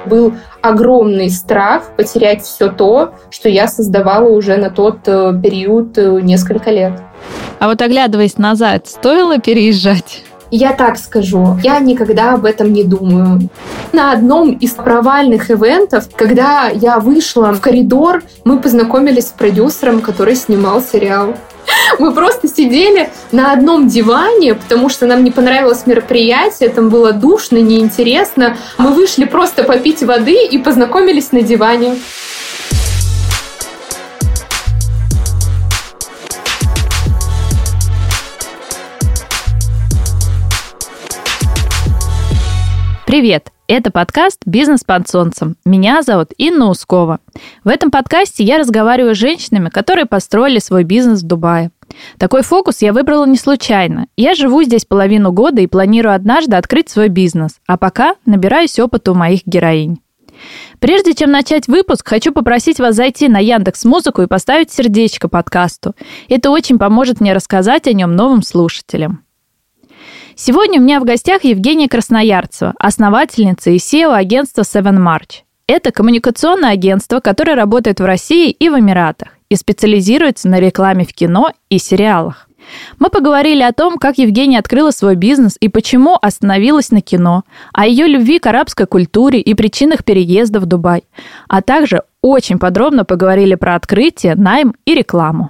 Был огромный страх потерять все то, что я создавала уже на тот период несколько лет. А вот оглядываясь назад, стоило переезжать? Я так скажу, я никогда об этом не думаю. На одном из провальных ивентов, когда я вышла в коридор, мы познакомились с продюсером, который снимал сериал. Мы просто сидели на одном диване, потому что нам не понравилось мероприятие, там было душно, неинтересно. Мы вышли просто попить воды и познакомились на диване. Привет! Это подкаст «Бизнес под солнцем». Меня зовут Инна Ускова. В этом подкасте я разговариваю с женщинами, которые построили свой бизнес в Дубае. Такой фокус я выбрала не случайно. Я живу здесь половину года и планирую однажды открыть свой бизнес, а пока набираюсь опыта у моих героинь. Прежде чем начать выпуск, хочу попросить вас зайти на Яндекс.Музыку и поставить сердечко подкасту. Это очень поможет мне рассказать о нем новым слушателям. Сегодня у меня в гостях Евгения Красноярцева, основательница и SEO агентства Seven March. Это коммуникационное агентство, которое работает в России и в Эмиратах и специализируется на рекламе в кино и сериалах. Мы поговорили о том, как Евгения открыла свой бизнес и почему остановилась на кино, о ее любви к арабской культуре и причинах переезда в Дубай, а также очень подробно поговорили про открытие, найм и рекламу.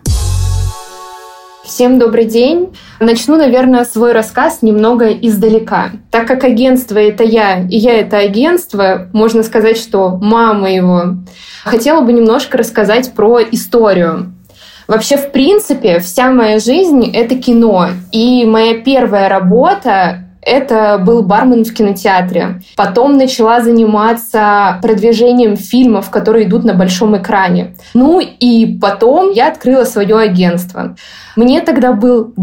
Всем добрый день. Начну, наверное, свой рассказ немного издалека. Так как агентство — это я, и я — это агентство, можно сказать, что мама его. Хотела бы немножко рассказать про историю. Вообще, в принципе, вся моя жизнь — это кино. И моя первая работа — это был бармен в кинотеатре. Потом начала заниматься продвижением фильмов, которые идут на большом экране. Ну и потом я открыла свое агентство. Мне тогда был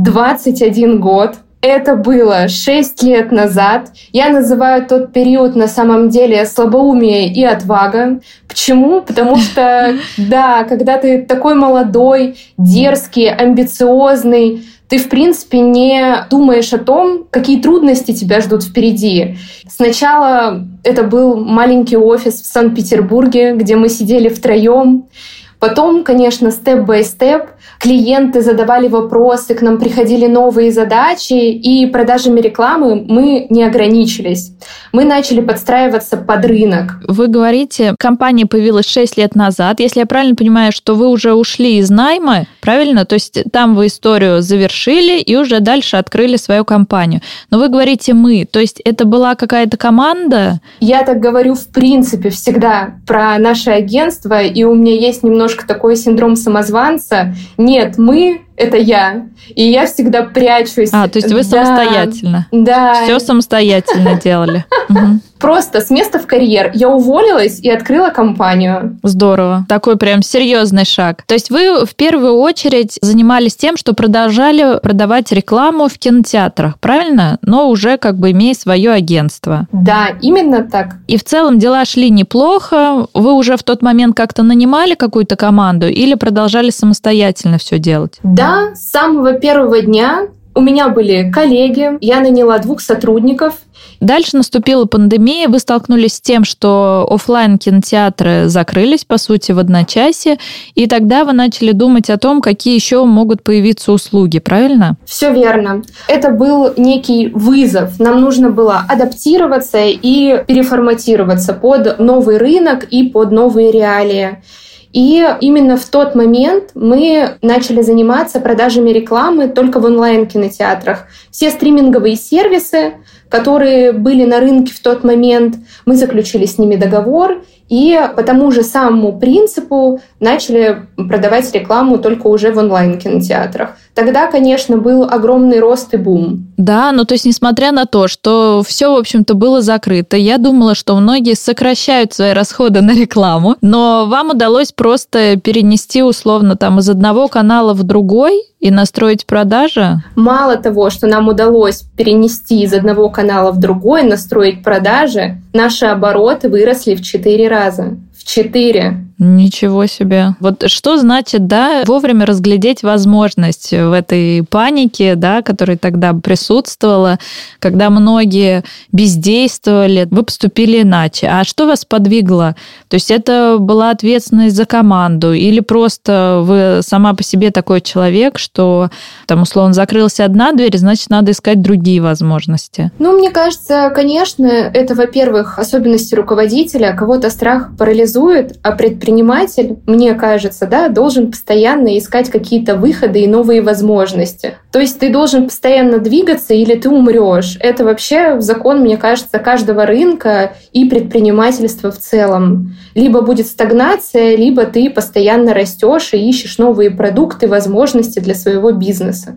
21 год. Это было 6 лет назад. Я называю тот период на самом деле слабоумие и отвага. Почему? Потому что, да, когда ты такой молодой, дерзкий, амбициозный, ты, в принципе, не думаешь о том, какие трудности тебя ждут впереди. Сначала это был маленький офис в Санкт-Петербурге, где мы сидели втроем. Потом, конечно, степ-бай-степ, клиенты задавали вопросы, к нам приходили новые задачи, и продажами рекламы мы не ограничились. Мы начали подстраиваться под рынок. Вы говорите, компания появилась 6 лет назад. Если я правильно понимаю, что вы уже ушли из найма, правильно? То есть там вы историю завершили и уже дальше открыли свою компанию. Но вы говорите «мы», то есть это была какая-то команда? Я так говорю в принципе всегда про наше агентство, и у меня есть немножко такой синдром самозванца. Нет, мы — это я. И я всегда прячусь. То есть вы самостоятельно? Да. Все самостоятельно делали? Просто с места в карьер. Я уволилась и открыла компанию. Здорово. Такой прям серьезный шаг. То есть вы в первую очередь занимались тем, что продолжали продавать рекламу в кинотеатрах, правильно? Но уже как бы имея свое агентство. Да, именно так. И в целом дела шли неплохо. Вы уже в тот момент как-то нанимали какую-то команду или продолжали самостоятельно все делать? Да, с самого первого дня у меня были коллеги, я наняла 2 сотрудников. Дальше наступила пандемия, вы столкнулись с тем, что офлайн-кинотеатры закрылись, по сути, в одночасье, и тогда вы начали думать о том, какие еще могут появиться услуги, правильно? Все верно. Это был некий вызов. Нам нужно было адаптироваться и переформатироваться под новый рынок и под новые реалии. И именно в тот момент мы начали заниматься продажами рекламы только в онлайн-кинотеатрах. Все стриминговые сервисы, которые были на рынке в тот момент, мы заключили с ними договор и по тому же самому принципу начали продавать рекламу только уже в онлайн-кинотеатрах. Тогда, конечно, был огромный рост и бум. Да, то есть несмотря на то, что все, в общем-то, было закрыто, я думала, что многие сокращают свои расходы на рекламу, но вам удалось просто перенести условно там из одного канала в другой и настроить продажи? Мало того, что нам удалось перенести из одного канала в другой, настроить продажи, наши обороты выросли в 4 раза. в 4. Ничего себе. Вот что значит, да, вовремя разглядеть возможность в этой панике, да, которая тогда присутствовала, когда многие бездействовали, вы поступили иначе. А что вас подвигло? То есть это была ответственность за команду или просто вы сама по себе такой человек, что там, условно, закрылась одна дверь, значит, надо искать другие возможности? Мне кажется, конечно, это, во-первых, особенности руководителя. Кого-то страх парализует, а предприниматель, мне кажется, да, должен постоянно искать какие-то выходы и новые возможности. То есть ты должен постоянно двигаться или ты умрешь. Это вообще закон, мне кажется, каждого рынка и предпринимательства в целом. Либо будет стагнация, либо ты постоянно растешь и ищешь новые продукты, возможности для своего бизнеса.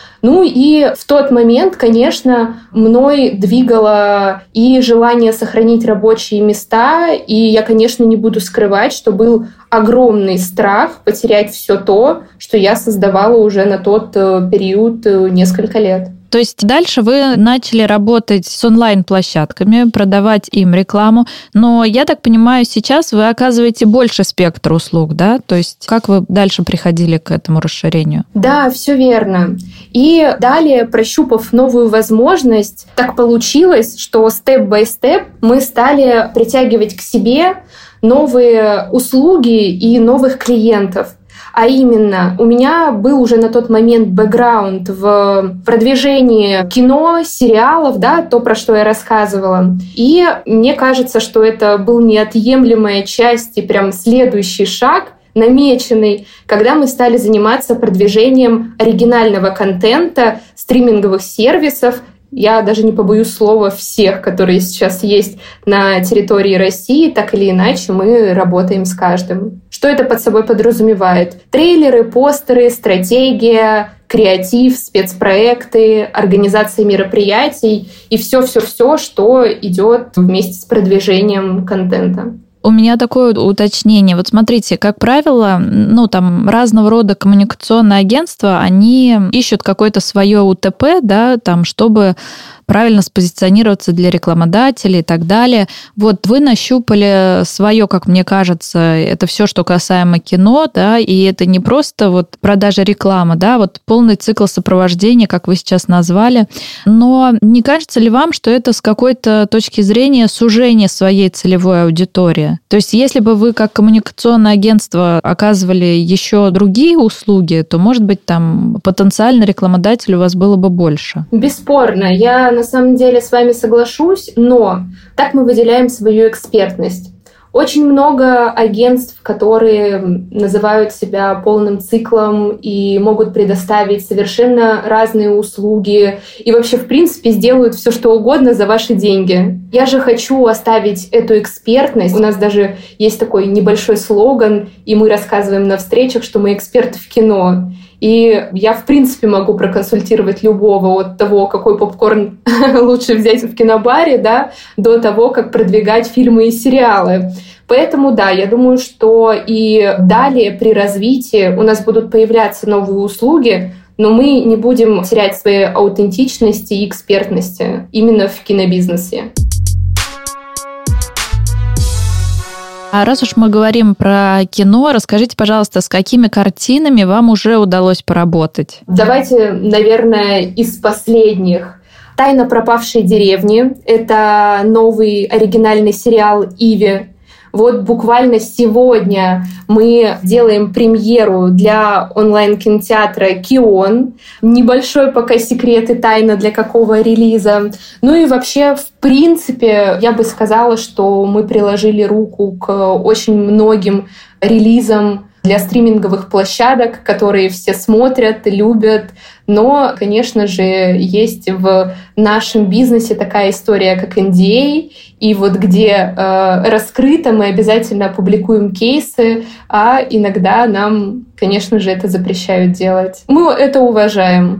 И в тот момент, конечно, мной двигало и желание сохранить рабочие места, и я, конечно, не буду скрывать, что был огромный страх потерять все то, что я создавала уже на тот период несколько лет. То есть дальше вы начали работать с онлайн-площадками, продавать им рекламу, но, я так понимаю, сейчас вы оказываете больше спектр услуг, да? То есть как вы дальше приходили к этому расширению? Да, все верно. И далее, прощупав новую возможность, так получилось, что степ-бай-степ мы стали притягивать к себе новые услуги и новых клиентов. А именно, у меня был уже на тот момент бэкграунд в продвижении кино, сериалов, да, то, про что я рассказывала. И мне кажется, что это был неотъемлемая часть и прям следующий шаг, намеченный, когда мы стали заниматься продвижением оригинального контента, стриминговых сервисов. Я даже не побоюсь слова всех, которые сейчас есть на территории России, так или иначе мы работаем с каждым. Что это под собой подразумевает? Трейлеры, постеры, стратегия, креатив, спецпроекты, организация мероприятий и все-все-все, что идет вместе с продвижением контента. У меня такое уточнение. Вот смотрите, как правило, разного рода коммуникационные агентства, они ищут какое-то свое УТП, да, чтобы правильно спозиционироваться для рекламодателей и так далее. Вот вы нащупали свое, как мне кажется, это все, что касаемо кино, да, и это не просто продажа рекламы, да, полный цикл сопровождения, как вы сейчас назвали. Но не кажется ли вам, что это с какой-то точки зрения сужение своей целевой аудитории? То есть, если бы вы как коммуникационное агентство оказывали еще другие услуги, то, может быть, там потенциально рекламодателей у вас было бы больше. Бесспорно. Я на самом деле с вами соглашусь, но так мы выделяем свою экспертность. Очень много агентств, которые называют себя полным циклом и могут предоставить совершенно разные услуги и вообще, в принципе, сделают все, что угодно за ваши деньги. Я же хочу оставить эту экспертность. У нас даже есть такой небольшой слоган, и мы рассказываем на встречах, что мы эксперты в кино. И я, в принципе, могу проконсультировать любого от того, какой попкорн лучше взять в кинобаре, да, до того, как продвигать фильмы и сериалы. Поэтому, да, я думаю, что и далее при развитии у нас будут появляться новые услуги, но мы не будем терять своей аутентичности и экспертности именно в кинобизнесе. А раз уж мы говорим про кино, расскажите, пожалуйста, с какими картинами вам уже удалось поработать? Давайте, наверное, из последних. «Тайна пропавшей деревни» — это новый оригинальный сериал «Иви». Буквально сегодня мы делаем премьеру для онлайн-кинотеатра «Кион». Небольшой пока секрет и тайна, для какого релиза. И вообще, в принципе, я бы сказала, что мы приложили руку к очень многим релизам для стриминговых площадок, которые все смотрят, любят. Но, конечно же, есть в нашем бизнесе такая история, как NDA, и где раскрыто мы обязательно опубликуем кейсы, а иногда нам, конечно же, это запрещают делать. Мы это уважаем.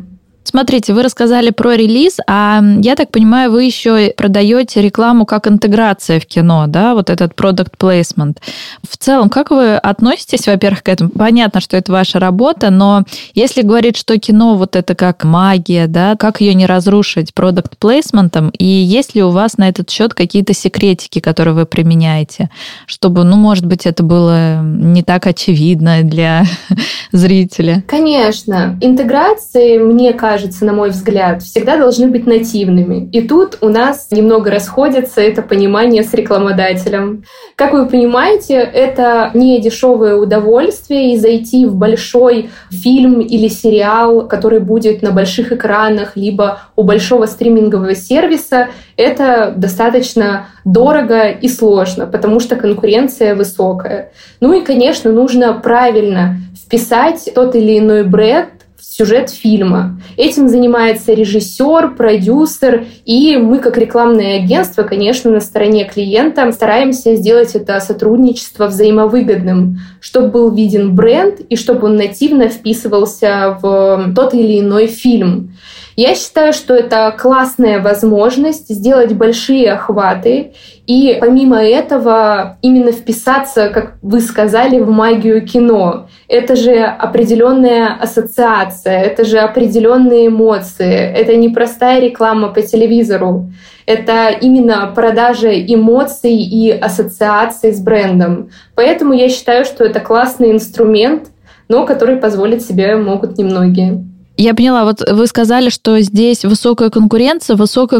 Смотрите, вы рассказали про релиз, а я так понимаю, вы еще продаете рекламу как интеграция в кино, да, вот этот product placement. В целом, как вы относитесь, во-первых, к этому? Понятно, что это ваша работа, но если говорить, что кино вот это как магия, да, как ее не разрушить product placement'ом, и есть ли у вас на этот счет какие-то секретики, которые вы применяете, чтобы, может быть, это было не так очевидно для зрителя? Конечно. Интеграции, мне кажется, на мой взгляд, всегда должны быть нативными. И тут у нас немного расходится это понимание с рекламодателем. Как вы понимаете, это не дешевое удовольствие, и зайти в большой фильм или сериал, который будет на больших экранах, либо у большого стримингового сервиса, это достаточно дорого и сложно, потому что конкуренция высокая. И, конечно, нужно правильно вписать тот или иной бренд в сюжет фильма. Этим занимается режиссер, продюсер, и мы, как рекламное агентство, конечно, на стороне клиента стараемся сделать это сотрудничество взаимовыгодным, чтобы был виден бренд и чтобы он нативно вписывался в тот или иной фильм. Я считаю, что это классная возможность сделать большие охваты и помимо этого именно вписаться, как вы сказали, в магию кино. Это же определенная ассоциация, это же определенные эмоции, это не простая реклама по телевизору. Это именно продажа эмоций и ассоциаций с брендом. Поэтому я считаю, что это классный инструмент, но который позволить себе могут немногие. Я поняла, вот вы сказали, что здесь высокая конкуренция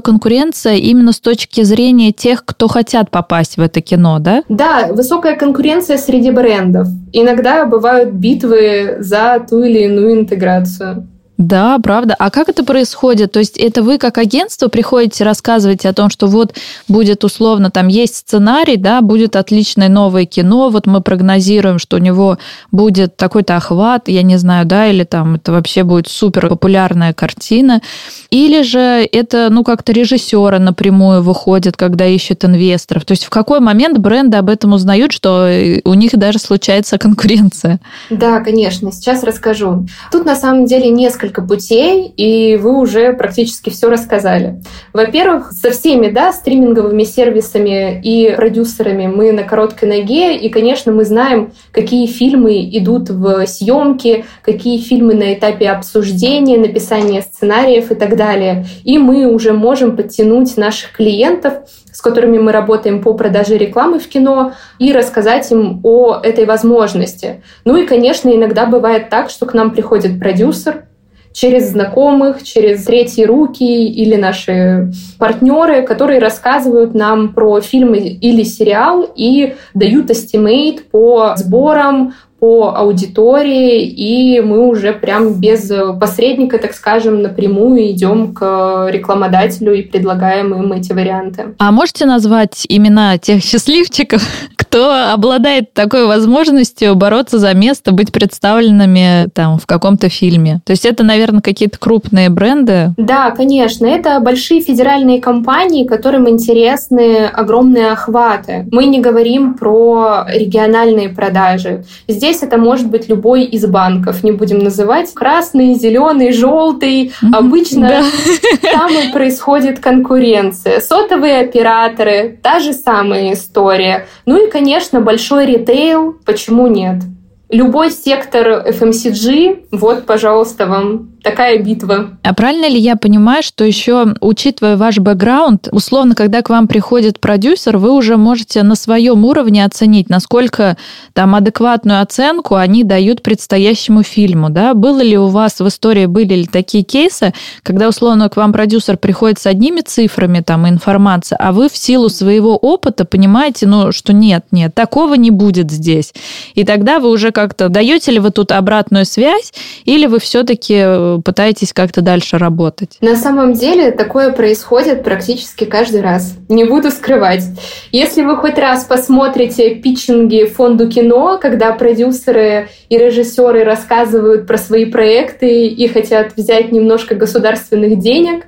именно с точки зрения тех, кто хотят попасть в это кино, да? Да, высокая конкуренция среди брендов. Иногда бывают битвы за ту или иную интеграцию. Да, правда. А как это происходит? То есть это вы как агентство приходите, рассказываете о том, что вот будет условно, там есть сценарий, да, будет отличное новое кино, вот мы прогнозируем, что у него будет такой-то охват, я не знаю, да, или там это вообще будет супер популярная картина. Или же это, как-то режиссеры напрямую выходят, когда ищут инвесторов. То есть в какой момент бренды об этом узнают, что у них даже случается конкуренция? Да, конечно, сейчас расскажу. Тут на самом деле несколько путей, и вы уже практически все рассказали. Во-первых, со всеми, стриминговыми сервисами и продюсерами мы на короткой ноге, и, конечно, мы знаем, какие фильмы идут в съемки, какие фильмы на этапе обсуждения, написания сценариев и так далее. И мы уже можем подтянуть наших клиентов, с которыми мы работаем по продаже рекламы в кино, и рассказать им о этой возможности. И, конечно, иногда бывает так, что к нам приходит продюсер, через знакомых, через третьи руки или наши партнеры, которые рассказывают нам про фильм или сериал и дают эстимейт по сборам, по аудитории, и мы уже прям без посредника, так скажем, напрямую идем к рекламодателю и предлагаем им эти варианты. А можете назвать имена тех счастливчиков, кто обладает такой возможностью бороться за место, быть представленными там в каком-то фильме? То есть это, наверное, какие-то крупные бренды? Да, конечно. Это большие федеральные компании, которым интересны огромные охваты. Мы не говорим про региональные продажи. Здесь это может быть любой из банков, не будем называть красный, зеленый, желтый. Обычно там и происходит конкуренция. Сотовые операторы, та же самая история. И, конечно, большой ритейл, почему нет? Любой сектор FMCG, вот, пожалуйста, вам такая битва. А правильно ли я понимаю, что еще, учитывая ваш бэкграунд, условно, когда к вам приходит продюсер, вы уже можете на своем уровне оценить, насколько там адекватную оценку они дают предстоящему фильму, да? Было ли у вас в истории, были ли такие кейсы, когда, условно, к вам продюсер приходит с одними цифрами, там, информация, а вы в силу своего опыта понимаете, что нет, такого не будет здесь. И тогда вы уже как-то даете ли вы тут обратную связь, или вы все-таки пытаетесь как-то дальше работать? На самом деле такое происходит практически каждый раз. Не буду скрывать. Если вы хоть раз посмотрите питчинги фонду кино, когда продюсеры и режиссеры рассказывают про свои проекты и хотят взять немножко государственных денег,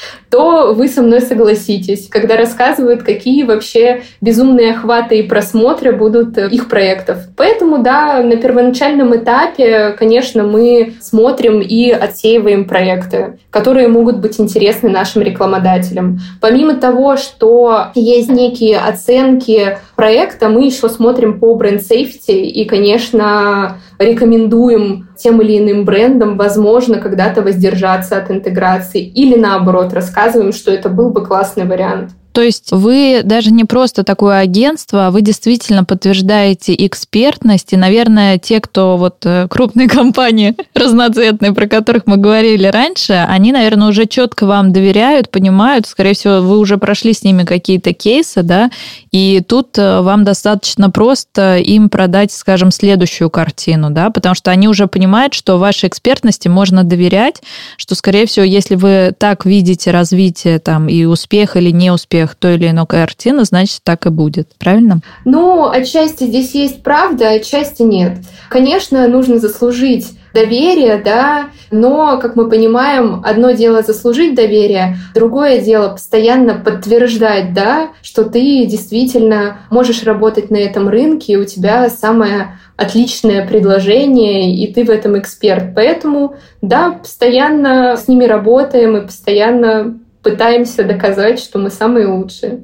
то вы со мной согласитесь, когда рассказывают, какие вообще безумные охваты и просмотры будут их проектов. Поэтому, да, на первоначальном этапе, конечно, мы смотрим и отсеиваем проекты. которые могут быть интересны нашим рекламодателям. Помимо того, что есть некие оценки проекта, мы еще смотрим по бренд-сейфти и, конечно, рекомендуем тем или иным брендам, возможно, когда-то воздержаться от интеграции или, наоборот, рассказываем, что это был бы классный вариант. То есть вы даже не просто такое агентство, а вы действительно подтверждаете экспертность. И, наверное, те, кто вот крупные компании разноцветные, про которых мы говорили раньше, они, наверное, уже четко вам доверяют, понимают. Скорее всего, вы уже прошли с ними какие-то кейсы, да, и тут вам достаточно просто им продать, скажем, следующую картину, да, потому что они уже понимают, что вашей экспертности можно доверять, что, скорее всего, если вы так видите развитие там и успех или неуспех той или иной картины, значит, так и будет. Правильно? Ну, отчасти здесь есть правда, отчасти нет. Конечно, нужно заслужить доверие, да, но, как мы понимаем, одно дело заслужить доверие, другое дело постоянно подтверждать, да, что ты действительно можешь работать на этом рынке, и у тебя самое отличное предложение, и ты в этом эксперт. Поэтому, да, постоянно с ними работаем и постоянно пытаемся доказать, что мы самые лучшие.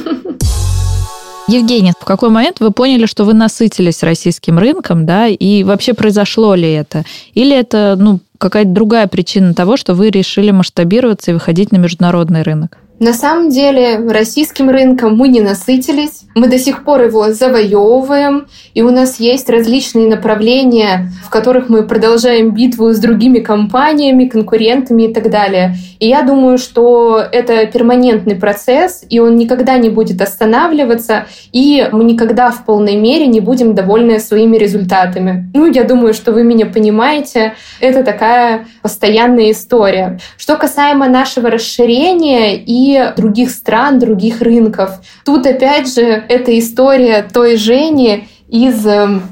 Евгений, в какой момент вы поняли, что вы насытились российским рынком, да, и вообще произошло ли это? Или это, какая-то другая причина того, что вы решили масштабироваться и выходить на международный рынок? На самом деле российским рынком мы не насытились, мы до сих пор его завоевываем, и у нас есть различные направления, в которых мы продолжаем битву с другими компаниями, конкурентами и так далее. И я думаю, что это перманентный процесс, и он никогда не будет останавливаться, и мы никогда в полной мере не будем довольны своими результатами. Я думаю, что вы меня понимаете, это такая постоянная история. Что касаемо нашего расширения и других стран, других рынков. Тут, опять же, это история той Жени из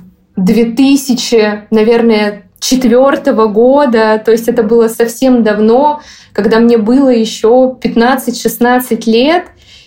2004 года, то есть это было совсем давно, когда мне было еще 15-16 лет,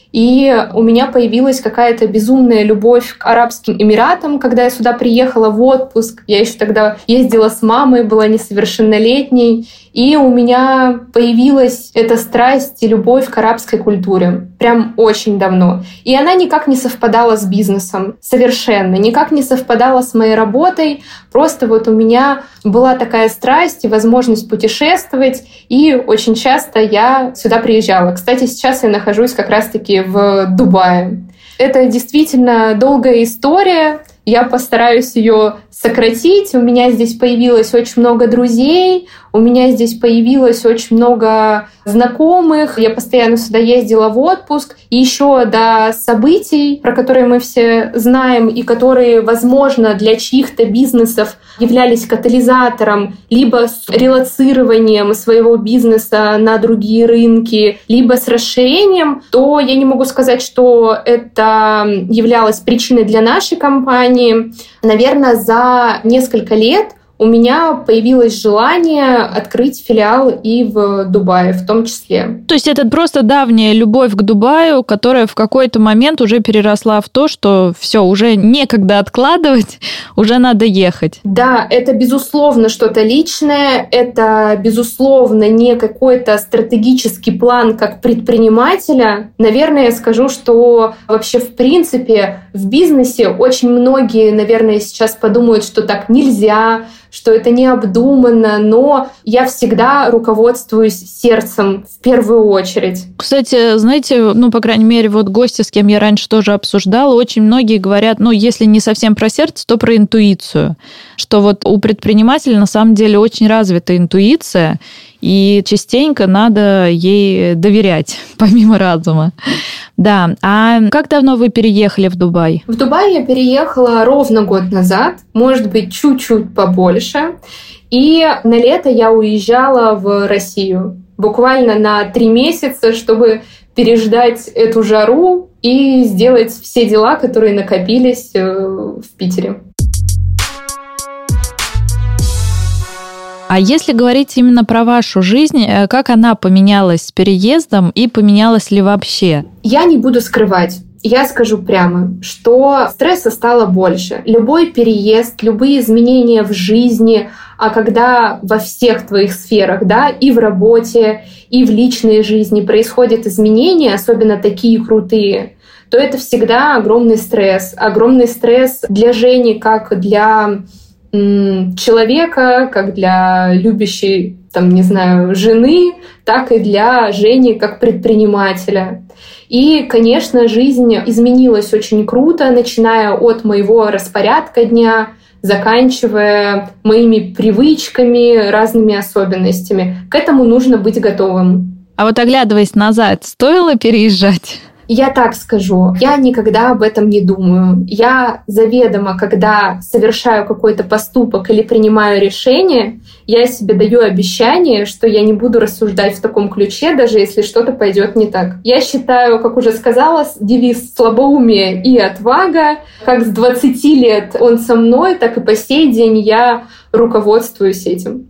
и у меня появилась какая-то безумная любовь к Арабским Эмиратам, когда я сюда приехала в отпуск. Я еще тогда ездила с мамой, была несовершеннолетней. И у меня появилась эта страсть и любовь к арабской культуре. Прям очень давно. И она никак не совпадала с бизнесом. Совершенно. Никак не совпадала с моей работой. Просто вот у меня была такая страсть и возможность путешествовать. И очень часто я сюда приезжала. Кстати, сейчас я нахожусь как раз-таки в Дубае. Это действительно долгая история. Я постараюсь ее сократить. У меня здесь появилось очень много друзей, у меня здесь появилось очень много знакомых. Я постоянно сюда ездила в отпуск. И еще до событий, про которые мы все знаем и которые, возможно, для чьих-то бизнесов являлись катализатором либо с релоцированием своего бизнеса на другие рынки, либо с расширением, то я не могу сказать, что это являлось причиной для нашей компании. Наверное, за несколько лет у меня появилось желание открыть филиал и в Дубае в том числе. То есть это просто давняя любовь к Дубаю, которая в какой-то момент уже переросла в то, что все, уже некогда откладывать, уже надо ехать. Да, это безусловно что-то личное, это безусловно не какой-то стратегический план как предпринимателя. Наверное, я скажу, что вообще в принципе в бизнесе очень многие, наверное, сейчас подумают, что так нельзя, что это необдуманно, но я всегда руководствуюсь сердцем в первую очередь. Кстати, знаете, по крайней мере, вот гости, с кем я раньше тоже обсуждала, очень многие говорят, если не совсем про сердце, то про интуицию, что вот у предпринимателя на самом деле очень развита интуиция, и частенько надо ей доверять, помимо разума. Да, а как давно вы переехали в Дубай? В Дубай я переехала ровно год назад, может быть, чуть-чуть побольше. И на лето я уезжала в Россию. Буквально на 3 месяца, чтобы переждать эту жару и сделать все дела, которые накопились в Питере. А если говорить именно про вашу жизнь, как она поменялась с переездом и поменялась ли вообще? Я не буду скрывать. я скажу прямо, что стресса стало больше. Любой переезд, любые изменения в жизни, а когда во всех твоих сферах, да, и в работе, и в личной жизни происходят изменения, особенно такие крутые, то это всегда огромный стресс. Огромный стресс для Жени, как для человека, как для любящей, жены, так и для Жени как предпринимателя. И, конечно, жизнь изменилась очень круто, начиная от моего распорядка дня, заканчивая моими привычками, разными особенностями. К этому нужно быть готовым. А вот оглядываясь назад, стоило переезжать? Я так скажу, я никогда об этом не думаю. Я заведомо, когда совершаю какой-то поступок или принимаю решение, я себе даю обещание, что я не буду рассуждать в таком ключе, даже если что-то пойдет не так. Я считаю, как уже сказала, девиз «слабоумие и отвага». Как с 20 лет он со мной, так и по сей день я руководствуюсь этим.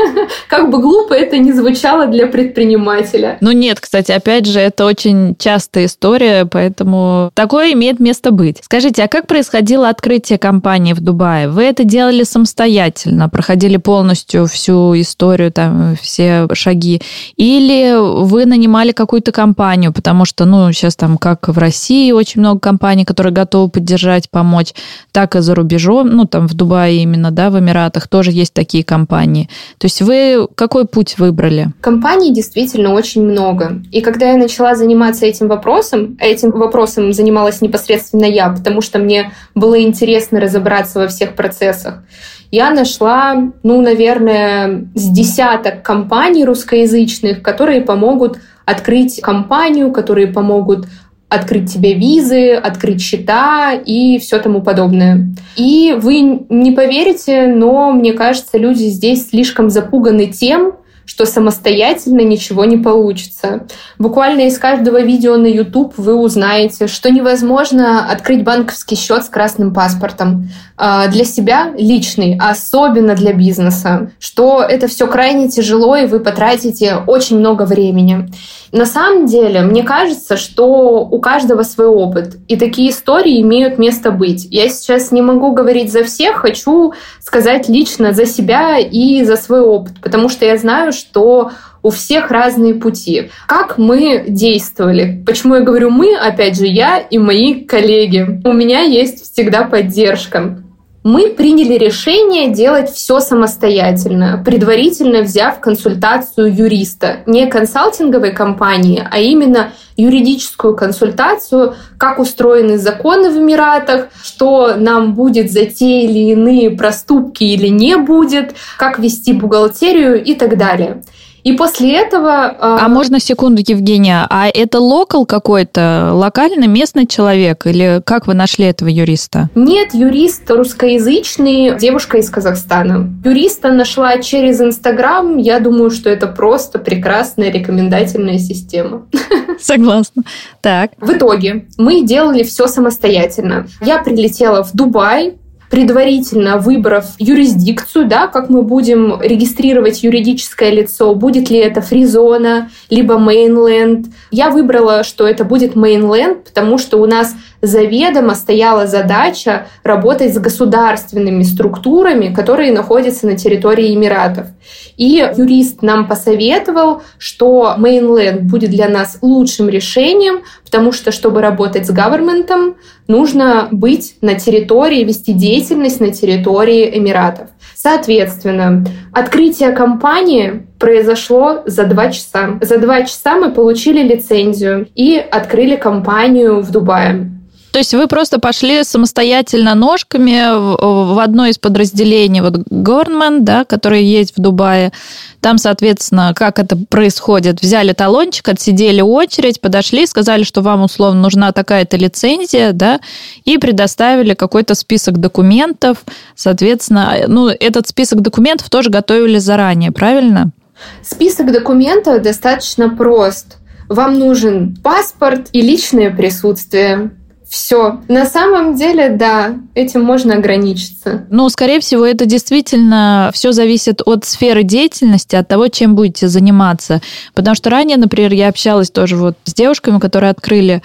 Как бы глупо это ни звучало для предпринимателя. Ну нет, кстати, опять же, это очень частая история, поэтому такое имеет место быть. Скажите, а как происходило открытие компании в Дубае? Вы это делали самостоятельно, проходили полностью всю историю, там, все шаги? Или вы нанимали какую-то компанию, потому что, сейчас там, как в России, очень много компаний, которые готовы поддержать, помочь, так и за рубежом, там в Дубае именно, да, в Эмиратах, тоже есть такие компании. То есть вы какой путь выбрали? Компаний действительно очень много. И когда я начала заниматься этим вопросом занималась непосредственно я, потому что мне было интересно разобраться во всех процессах, я нашла, наверное, с десяток компаний русскоязычных, которые помогут открыть компанию, которые помогут открыть тебе визы, открыть счета и все тому подобное. И вы не поверите, но мне кажется, люди здесь слишком запуганы тем, что самостоятельно ничего не получится. Буквально из каждого видео на YouTube вы узнаете, что невозможно открыть банковский счет с красным паспортом для себя личный, а особенно для бизнеса, что это все крайне тяжело, и вы потратите очень много времени. На самом деле, мне кажется, что у каждого свой опыт, и такие истории имеют место быть. Я сейчас не могу говорить за всех, хочу сказать лично за себя и за свой опыт, потому что я знаю, что у всех разные пути. Как мы действовали? Почему я говорю «мы»? Опять же, я и мои коллеги. У меня есть всегда поддержка. Мы приняли решение делать все самостоятельно, предварительно взяв консультацию юриста. Не консалтинговой компании, а именно юридическую консультацию, как устроены законы в Эмиратах, что нам будет за те или иные проступки или не будет, как вести бухгалтерию и так далее. И после этого... А можно секунду, Евгения? А это локал какой-то, локальный, местный человек? Или как вы нашли этого юриста? Нет, юрист русскоязычный, девушка из Казахстана. Юриста нашла через Инстаграм. Я думаю, что это просто прекрасная рекомендательная система. Согласна. Так. В итоге мы делали все самостоятельно. Я прилетела в Дубай, предварительно выбрав юрисдикцию, да, как мы будем регистрировать юридическое лицо, будет ли это фризона, либо мейнленд. Я выбрала, что это будет мейнленд, потому что у нас заведомо стояла задача работать с государственными структурами, которые находятся на территории Эмиратов. И юрист нам посоветовал, что мейнленд будет для нас лучшим решением, потому что, чтобы работать с government'ом, нужно быть на территории, вести деятельность на территории Эмиратов. Соответственно, открытие компании произошло за 2 часа. За 2 часа мы получили лицензию и открыли компанию в Дубае. То есть вы просто пошли самостоятельно ножками в одно из подразделений, вот government, да, которое есть в Дубае. Там, соответственно, как это происходит? Взяли талончик, отсидели очередь, подошли, сказали, что вам условно нужна такая-то лицензия, да, и предоставили какой-то список документов. Соответственно, этот список документов тоже готовили заранее, правильно? Список документов достаточно прост. Вам нужен паспорт и личное присутствие. Все. На самом деле, да, этим можно ограничиться. Скорее всего, это действительно все зависит от сферы деятельности, от того, чем будете заниматься. Потому что ранее, например, я общалась тоже с девушками, которые открыли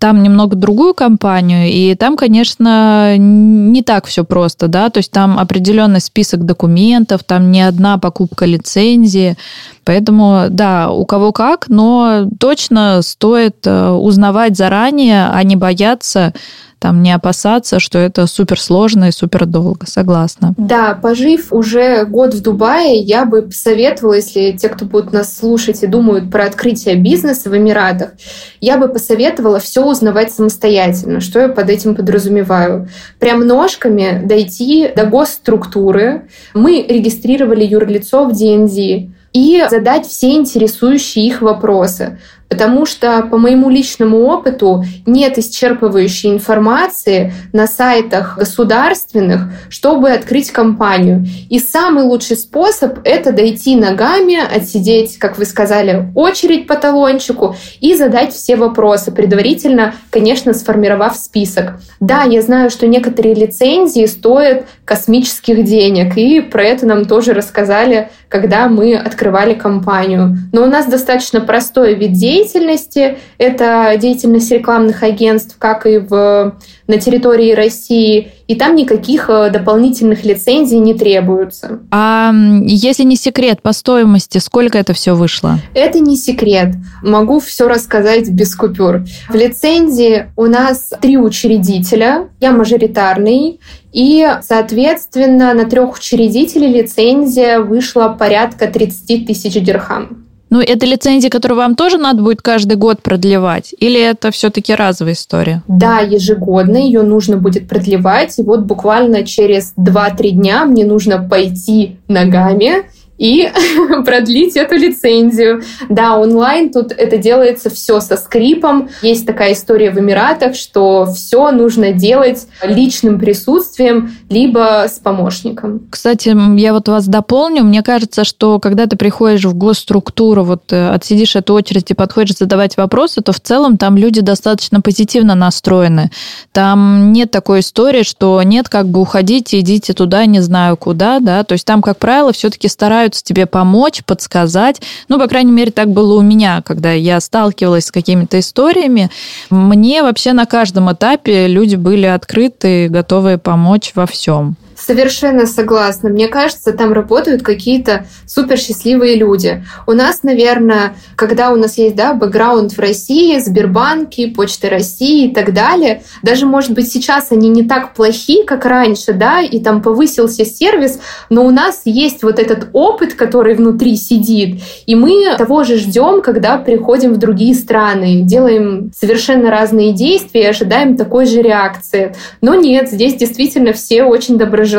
там немного другую компанию, и там, конечно, не так все просто, да, то есть там определенный список документов, там не одна покупка лицензии, поэтому, да, у кого как, но точно стоит узнавать заранее, а не бояться, там, не опасаться, что это суперсложно и супердолго. Согласна. Да, пожив уже год в Дубае, я бы посоветовала, если те, кто будут нас слушать и думают про открытие бизнеса в Эмиратах, я бы посоветовала все узнавать самостоятельно. Что я под этим подразумеваю? Прям ножками дойти до госструктуры. Мы регистрировали юрлицо в DND и задать все интересующие их вопросы. Потому что, по моему личному опыту, нет исчерпывающей информации на сайтах государственных, чтобы открыть компанию. И самый лучший способ — это дойти ногами, отсидеть, как вы сказали, очередь по талончику и задать все вопросы, предварительно, конечно, сформировав список. Да, я знаю, что некоторые лицензии стоят космических денег, и про это нам тоже рассказали, когда мы открывали компанию. Но у нас достаточно простой вид деятельности. Это деятельность рекламных агентств, как и на территории России. И там никаких дополнительных лицензий не требуется. А если не секрет, по стоимости сколько это все вышло? Это не секрет. Могу все рассказать без купюр. В лицензии у нас 3 учредителя. Я мажоритарный. И, соответственно, на 3 учредителей лицензия вышла порядка 30 тысяч дирхам. Ну, это лицензия, которую вам тоже надо будет каждый год продлевать? Или это все-таки разовая история? Да, ежегодно ее нужно будет продлевать. И вот буквально через 2-3 дня мне нужно пойти ногами и продлить эту лицензию. Да, онлайн тут это делается все со скрипом. Есть такая история в Эмиратах, что все нужно делать личным присутствием, либо с помощником. Кстати, я вот вас дополню. Мне кажется, что когда ты приходишь в госструктуру, вот отсидишь эту очередь и подходишь задавать вопросы, то в целом там люди достаточно позитивно настроены. Там нет такой истории, что нет, как бы уходите, идите туда, не знаю куда, да. То есть там, как правило, все-таки стараются тебе помочь, подсказать. Ну, по крайней мере, так было у меня, когда я сталкивалась с какими-то историями. Мне вообще на каждом этапе люди были открыты, готовые помочь во всем. Совершенно согласна. Мне кажется, там работают какие-то суперсчастливые люди. У нас, наверное, когда у нас есть бэкграунд в России, Сбербанки, Почта России и так далее, даже, может быть, сейчас они не так плохи, как раньше, и там повысился сервис, но у нас есть вот этот опыт, который внутри сидит, и мы того же ждем, когда приходим в другие страны, делаем совершенно разные действия и ожидаем такой же реакции. Но нет, здесь действительно все очень доброжелательные,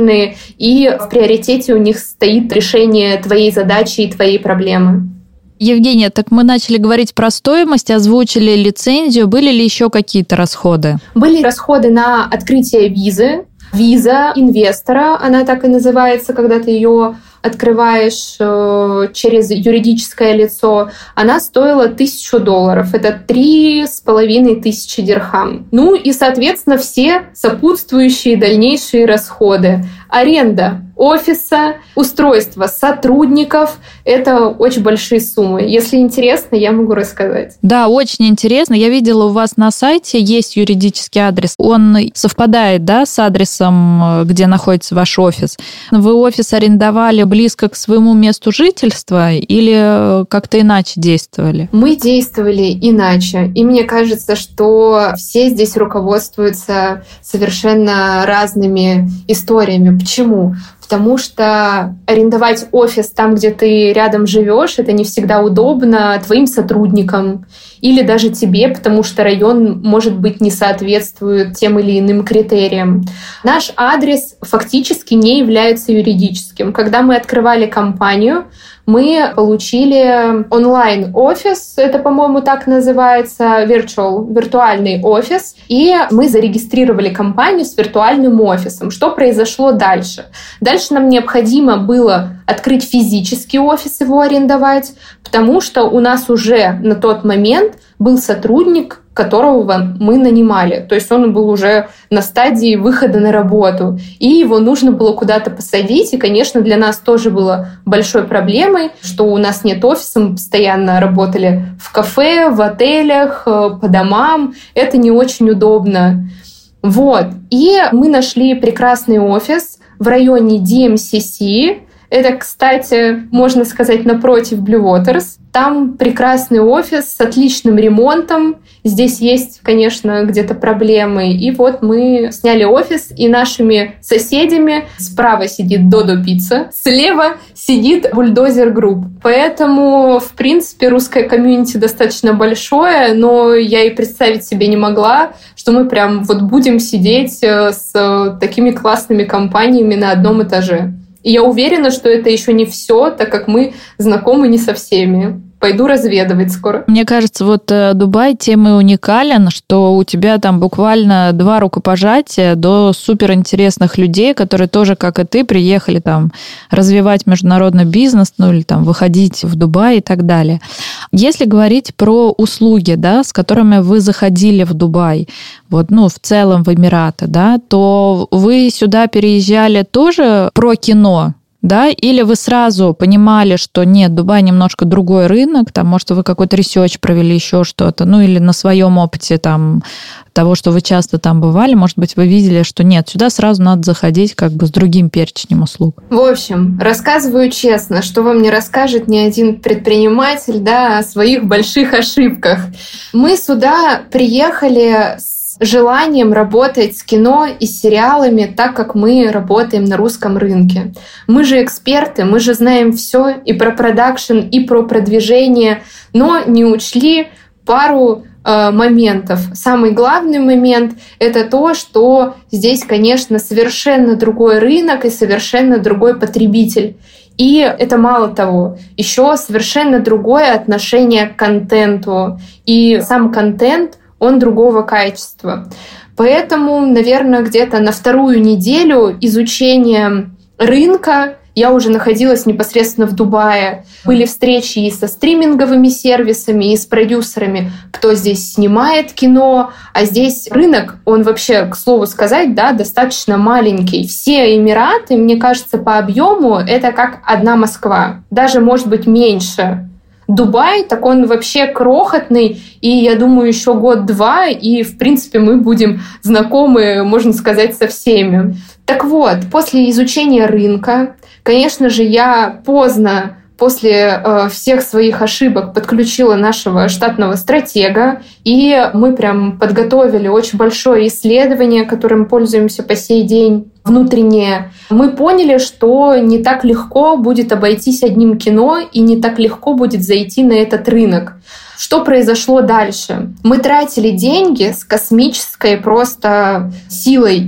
и в приоритете у них стоит решение твоей задачи и твоей проблемы. Евгения, так мы начали говорить про стоимость, озвучили лицензию. Были ли еще какие-то расходы? Были расходы на открытие визы. Виза инвестора, она так и называется, когда ты ее открываешь через юридическое лицо, она стоила $1000. Это 3500 дирхам. Ну и, соответственно, все сопутствующие дальнейшие расходы. Аренда офиса, устройство сотрудников — это очень большие суммы. Если интересно, я могу рассказать. Да, очень интересно. Я видела, у вас на сайте есть юридический адрес. Он совпадает, с адресом, где находится ваш офис. Вы офис арендовали близко к своему месту жительства или как-то иначе действовали? Мы действовали иначе. И мне кажется, что все здесь руководствуются совершенно разными историями. Почему? Потому что арендовать офис там, где ты рядом живешь, это не всегда удобно твоим сотрудникам или даже тебе, потому что район, может быть, не соответствует тем или иным критериям. Наш адрес фактически не является юридическим. Когда мы открывали компанию, мы получили онлайн-офис, это, по-моему, так называется, виртуальный офис, и мы зарегистрировали компанию с виртуальным офисом. Что произошло дальше? Дальше нам необходимо было открыть физический офис, его арендовать, потому что у нас уже на тот момент был сотрудник, которого мы нанимали. То есть он был уже на стадии выхода на работу. И его нужно было куда-то посадить. И, конечно, для нас тоже было большой проблемой, что у нас нет офиса. Мы постоянно работали в кафе, в отелях, по домам. Это не очень удобно. Вот. И мы нашли прекрасный офис в районе DMCC. Это, кстати, можно сказать, напротив Blue Waters. Там прекрасный офис с отличным ремонтом. Здесь есть, конечно, где-то проблемы. И вот мы сняли офис, и нашими соседями справа сидит Dodo Pizza, слева сидит Bulldozer Group. Поэтому, в принципе, русское комьюнити достаточно большое, но я и представить себе не могла, что мы прям вот будем сидеть с такими классными компаниями на одном этаже. И я уверена, что это еще не все, так как мы знакомы не со всеми. Пойду разведывать скоро. Мне кажется, вот Дубай тем и уникален, что у тебя там буквально 2 рукопожатия до суперинтересных людей, которые тоже, как и ты, приехали там развивать международный бизнес, ну или там выходить в Дубай и так далее. Если говорить про услуги, да, с которыми вы заходили в Дубай, вот, ну, в целом в Эмираты, да, то вы сюда переезжали тоже про кино, да, или вы сразу понимали, что нет, Дубай немножко другой рынок, там, может, вы какой-то ресерч провели, еще что-то, ну, или на своем опыте там, того, что вы часто там бывали, может быть, вы видели, что нет, сюда сразу надо заходить как бы с другим перечнем услуг. В общем, рассказываю честно, что вам не расскажет ни один предприниматель, да, о своих больших ошибках. Мы сюда приехали с желанием работать с кино и сериалами, так как мы работаем на русском рынке. Мы же эксперты, мы же знаем все и про продакшн, и про продвижение, но не учли пару моментов. Самый главный момент — это то, что здесь, конечно, совершенно другой рынок и совершенно другой потребитель. И это мало того, еще совершенно другое отношение к контенту. И сам контент, он другого качества. Поэтому, наверное, где-то на 2-ю неделю изучения рынка я уже находилась непосредственно в Дубае. Были встречи и со стриминговыми сервисами, и с продюсерами, кто здесь снимает кино. А здесь рынок, он вообще, к слову сказать, да, достаточно маленький. Все Эмираты, мне кажется, по объему это как одна Москва. Даже, может быть, меньше. Дубай, так он вообще крохотный, и я думаю, еще 1-2, и, в принципе, мы будем знакомы, можно сказать, со всеми. Так вот, после изучения рынка, конечно же, я поздно, после всех своих ошибок, подключила нашего штатного стратега, и мы прям подготовили очень большое исследование, которым пользуемся по сей день, внутреннее. Мы поняли, что не так легко будет обойтись одним кино и не так легко будет зайти на этот рынок. Что произошло дальше? Мы тратили деньги с космической просто силой,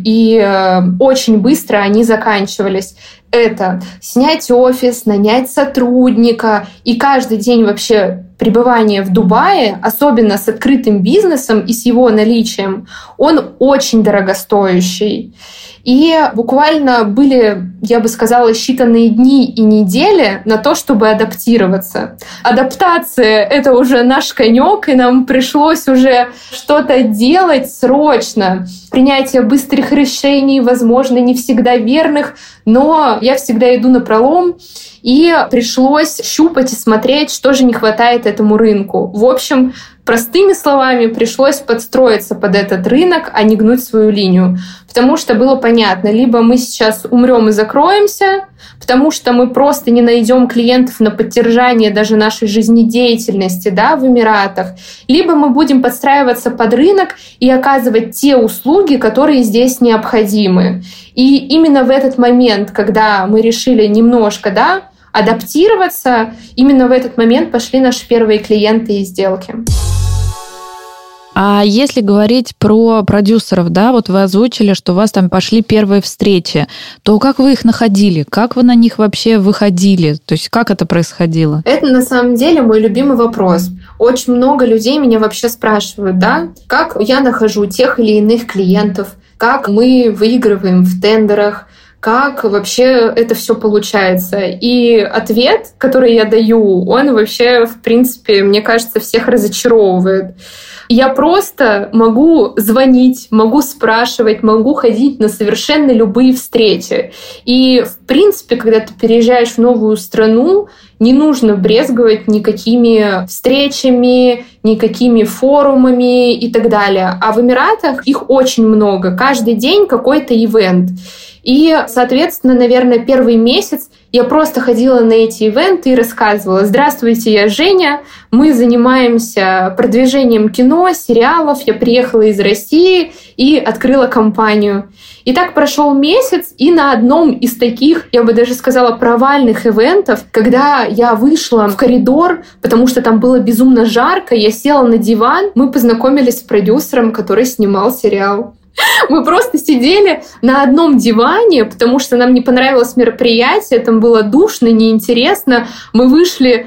и очень быстро они заканчивались. Это снять офис, нанять сотрудника, и каждый день вообще пребывания в Дубае, особенно с открытым бизнесом и с его наличием, он очень дорогостоящий. И буквально были, я бы сказала, считанные дни и недели на то, чтобы адаптироваться. Адаптация — это уже наш конек, и нам пришлось уже что-то делать срочно. Принятие быстрых решений, возможно, не всегда верных, но я всегда иду напролом, и пришлось щупать и смотреть, что же не хватает этому рынку. В общем, простыми словами, пришлось подстроиться под этот рынок, а не гнуть свою линию. Потому что было понятно, либо мы сейчас умрем и закроемся, потому что мы просто не найдем клиентов на поддержание даже нашей жизнедеятельности, да, в Эмиратах, либо мы будем подстраиваться под рынок и оказывать те услуги, которые здесь необходимы. И именно в этот момент, когда мы решили немножко, да, адаптироваться, именно в этот момент пошли наши первые клиенты и сделки. А если говорить про продюсеров, да, вот вы озвучили, что у вас там пошли первые встречи, то как вы их находили? Как вы на них вообще выходили? То есть как это происходило? Это на самом деле мой любимый вопрос. Очень много людей меня вообще спрашивают, да, как я нахожу тех или иных клиентов, как мы выигрываем в тендерах, как вообще это все получается. И ответ, который я даю, он вообще, в принципе, мне кажется, всех разочаровывает. Я просто могу звонить, могу спрашивать, могу ходить на совершенно любые встречи. И, в принципе, когда ты переезжаешь в новую страну, не нужно брезговать никакими встречами, никакими форумами и так далее. А в Эмиратах их очень много. Каждый день какой-то ивент. И, соответственно, наверное, первый месяц я просто ходила на эти ивенты и рассказывала: «Здравствуйте, я Женя, мы занимаемся продвижением кино, сериалов, я приехала из России и открыла компанию». И так прошел месяц, и на одном из таких, я бы даже сказала, провальных ивентов, когда я вышла в коридор, потому что там было безумно жарко, я села на диван, мы познакомились с продюсером, который снимал сериал. Мы просто сидели на одном диване, потому что нам не понравилось мероприятие, там было душно, неинтересно. Мы вышли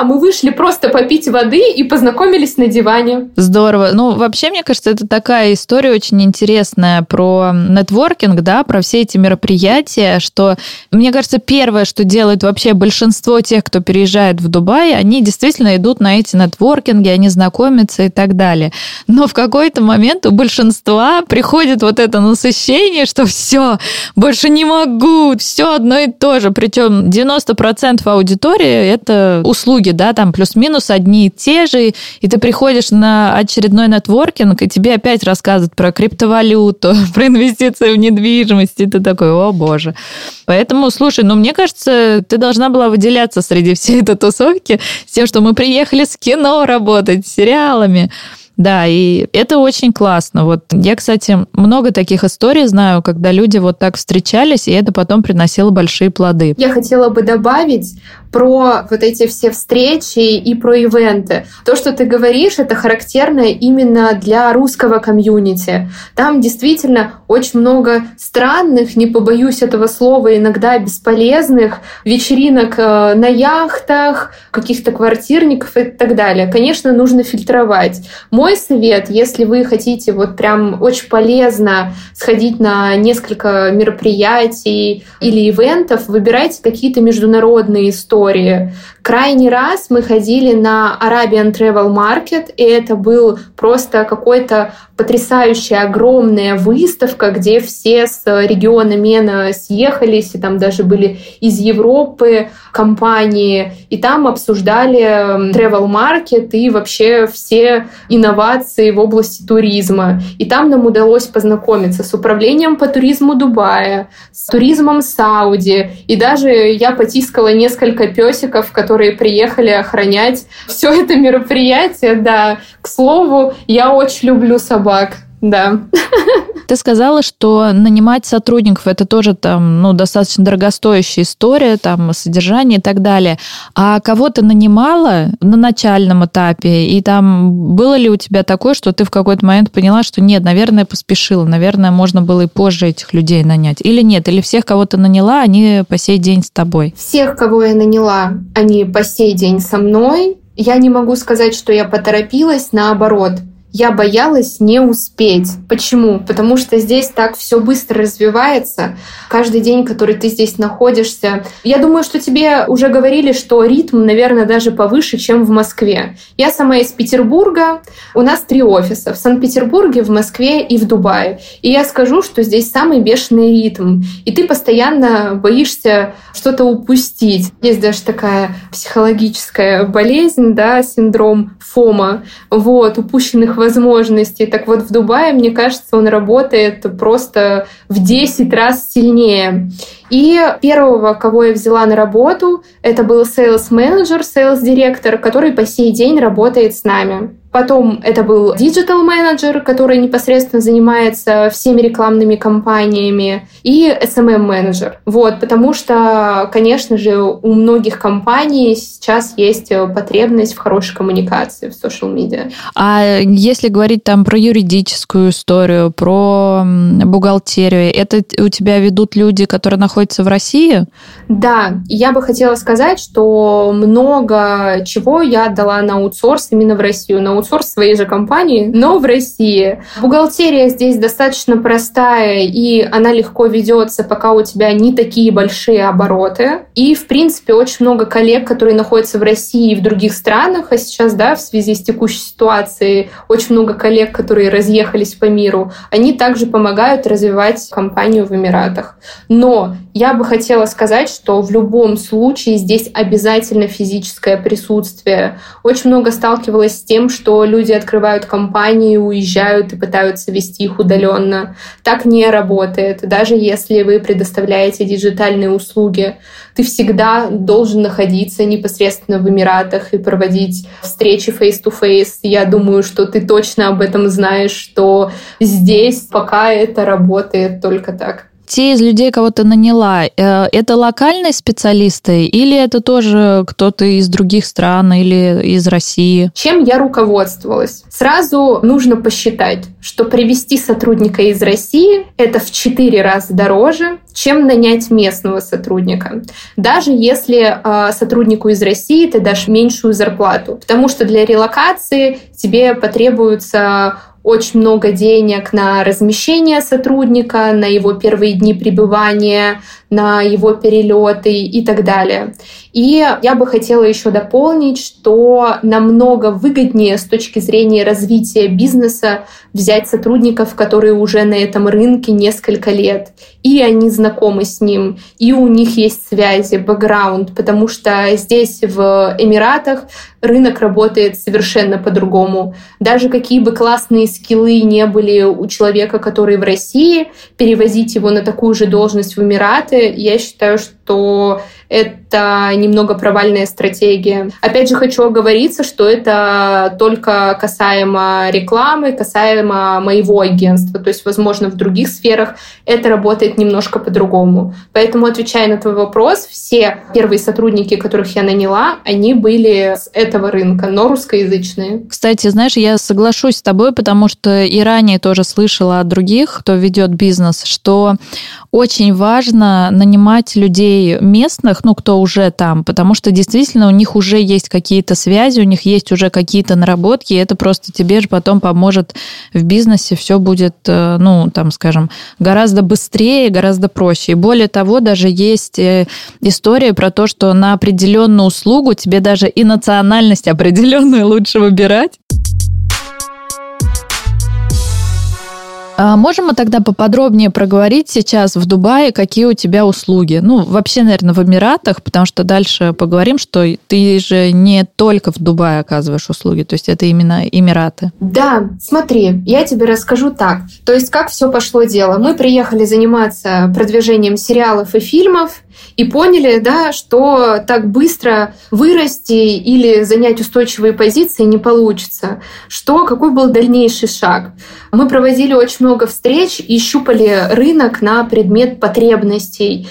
просто попить воды и познакомились на диване. Здорово. Ну, вообще, мне кажется, это такая история очень интересная про нетворкинг, да, про все эти мероприятия, что, мне кажется, первое, что делает вообще большинство тех, кто переезжает в Дубай, они действительно идут на эти нетворкинги, они знакомятся и так далее. Но в какой-то момент у большинства приходит вот это насыщение, что все, больше не могу, все одно и то же. Причем 90% аудитории – это услуги, да, там плюс-минус одни и те же, и ты приходишь на очередной нетворкинг, и тебе опять рассказывают про криптовалюту, про инвестиции в недвижимость, и ты такой: о боже. Поэтому, слушай, мне кажется, ты должна была выделяться среди всей этой тусовки с тем, что мы приехали с кино работать, с сериалами. Да, и это очень классно. Вот я, кстати, много таких историй знаю, когда люди вот так встречались, и это потом приносило большие плоды. Я хотела бы добавить про вот эти все встречи и про ивенты. То, что ты говоришь, это характерно именно для русского комьюнити. Там действительно очень много странных, не побоюсь этого слова, иногда бесполезных вечеринок на яхтах, каких-то квартирников и так далее. Конечно, нужно фильтровать. Мой совет, если вы хотите вот прям очень полезно сходить на несколько мероприятий или ивентов, выбирайте какие-то международные истории. Крайний раз мы ходили на Arabian Travel Market, и это был просто какой-то потрясающая огромная выставка, где все с региона MENA съехались, и там даже были из Европы компании, и там обсуждали Travel Market и вообще все инновации в области туризма. И там нам удалось познакомиться с управлением по туризму Дубая, с туризмом Сауди, и даже я потискала несколько песиков, которые приехали охранять все это мероприятие. Да, к слову, я очень люблю собак. Да. Ты сказала, что нанимать сотрудников – это тоже там, достаточно дорогостоящая история, там, содержание и так далее. А кого ты нанимала на начальном этапе? И там было ли у тебя такое, что ты в какой-то момент поняла, что нет, наверное, поспешила, наверное, можно было и позже этих людей нанять? Или нет? Или всех, кого ты наняла, они по сей день с тобой? Всех, кого я наняла, они по сей день со мной. Я не могу сказать, что я поторопилась, наоборот. Я боялась не успеть. Почему? Потому что здесь так все быстро развивается. Каждый день, который ты здесь находишься. Я думаю, что тебе уже говорили, что ритм, наверное, даже повыше, чем в Москве. Я сама из Петербурга. У нас 3 офиса. В Санкт-Петербурге, в Москве и в Дубае. И я скажу, что здесь самый бешеный ритм. И ты постоянно боишься что-то упустить. Есть даже такая психологическая болезнь, да, синдром ФОМО. Упущенных возможностей. Так вот, в Дубае, мне кажется, он работает просто в 10 раз сильнее. И первого, кого я взяла на работу, это был sales-менеджер, sales-директор, который по сей день работает с нами. Потом это был диджитал-менеджер, который непосредственно занимается всеми рекламными кампаниями, и SMM-менеджер. Потому что, конечно же, у многих компаний сейчас есть потребность в хорошей коммуникации в social-медиа. А если говорить там про юридическую историю, про бухгалтерию, это у тебя ведут люди, которые находятся в России? Да, я бы хотела сказать, что много чего я отдала на аутсорс именно в Россию, на аутсорс своей же компании, но в России. Бухгалтерия здесь достаточно простая, и она легко ведется, пока у тебя не такие большие обороты. И, в принципе, очень много коллег, которые находятся в России и в других странах, а сейчас, да, в связи с текущей ситуацией, очень много коллег, которые разъехались по миру, они также помогают развивать компанию в Эмиратах. Но я бы хотела сказать, что в любом случае здесь обязательно физическое присутствие. Очень много сталкивалась с тем, что люди открывают компании, уезжают и пытаются вести их удаленно. Так не работает. Даже если вы предоставляете диджитальные услуги, ты всегда должен находиться непосредственно в Эмиратах и проводить встречи face-to-face. Я думаю, что ты точно об этом знаешь, что здесь пока это работает только так. Те из людей, кого ты наняла, это локальные специалисты или это тоже кто-то из других стран или из России? Чем я руководствовалась? Сразу нужно посчитать, что привести сотрудника из России – это в 4 раза дороже, чем нанять местного сотрудника. Даже если сотруднику из России ты дашь меньшую зарплату. Потому что для релокации тебе потребуется очень много денег на размещение сотрудника, на его первые дни пребывания, на его перелеты и так далее. И я бы хотела еще дополнить, что намного выгоднее с точки зрения развития бизнеса взять сотрудников, которые уже на этом рынке несколько лет, и они знакомы с ним, и у них есть связи, бэкграунд, потому что здесь, в Эмиратах, рынок работает совершенно по-другому. Даже какие бы классные скиллы не были у человека, который в России, перевозить его на такую же должность в Эмираты, я считаю, что это немного провальная стратегия. Опять же, хочу оговориться, что это только касаемо рекламы, касаемо моего агентства. То есть, возможно, в других сферах это работает немножко по-другому. Поэтому, отвечая на твой вопрос, все первые сотрудники, которых я наняла, они были с этого рынка, но русскоязычные. Кстати, знаешь, я соглашусь с тобой, потому что и ранее тоже слышала от других, кто ведет бизнес, что очень важно нанимать людей местных, кто уже там, потому что действительно у них уже есть какие-то связи, у них есть уже какие-то наработки, и это просто тебе же потом поможет в бизнесе, все будет, гораздо быстрее, гораздо проще. И более того, даже есть история про то, что на определенную услугу тебе даже и национальность определенную лучше выбирать. Можем мы тогда поподробнее проговорить сейчас в Дубае, какие у тебя услуги? Вообще, наверное, в Эмиратах, потому что дальше поговорим, что ты же не только в Дубае оказываешь услуги, то есть это именно Эмираты. Да, смотри, я тебе расскажу так. То есть как все пошло дело. Мы приехали заниматься продвижением сериалов и фильмов, и поняли, да, что так быстро вырасти или занять устойчивые позиции не получится. Какой был дальнейший шаг? Мы проводили очень много встреч и щупали рынок на предмет потребностей.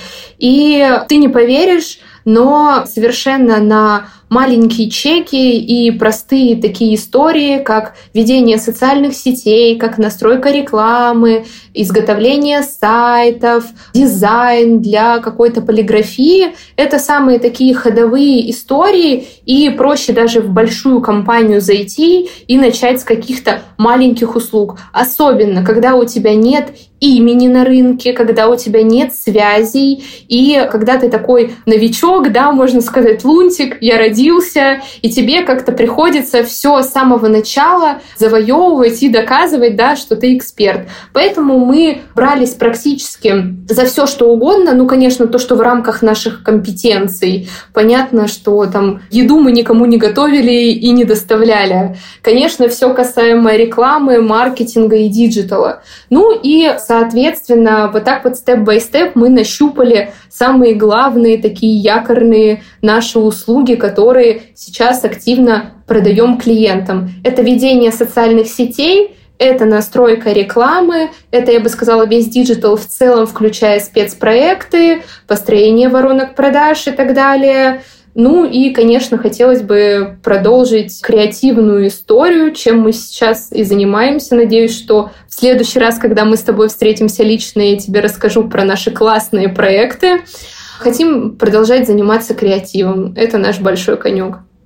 И ты не поверишь, но совершенно на маленькие чеки и простые такие истории, как ведение социальных сетей, как настройка рекламы, изготовление сайтов, дизайн для какой-то полиграфии. Это самые такие ходовые истории, и проще даже в большую компанию зайти и начать с каких-то маленьких услуг. Особенно, когда у тебя нет имени на рынке, когда у тебя нет связей, и когда ты такой новичок, да, можно сказать, лунтик, я родился, и тебе как-то приходится все с самого начала завоевывать и доказывать, да, что ты эксперт. Поэтому мы брались практически за все, что угодно. Конечно, то, что в рамках наших компетенций. Понятно, что там еду мы никому не готовили и не доставляли. Конечно, все касаемо рекламы, маркетинга и диджитала. И, соответственно, вот так вот степ-бай-степ мы нащупали самые главные такие якорные наши услуги, которые сейчас активно продаем клиентам. Это ведение социальных сетей, это настройка рекламы, это, я бы сказала, весь диджитал в целом, включая спецпроекты, построение воронок продаж и так далее. И, конечно, хотелось бы продолжить креативную историю, чем мы сейчас и занимаемся. Надеюсь, что в следующий раз, когда мы с тобой встретимся лично, я тебе расскажу про наши классные проекты. Хотим продолжать заниматься креативом. Это наш большой конек.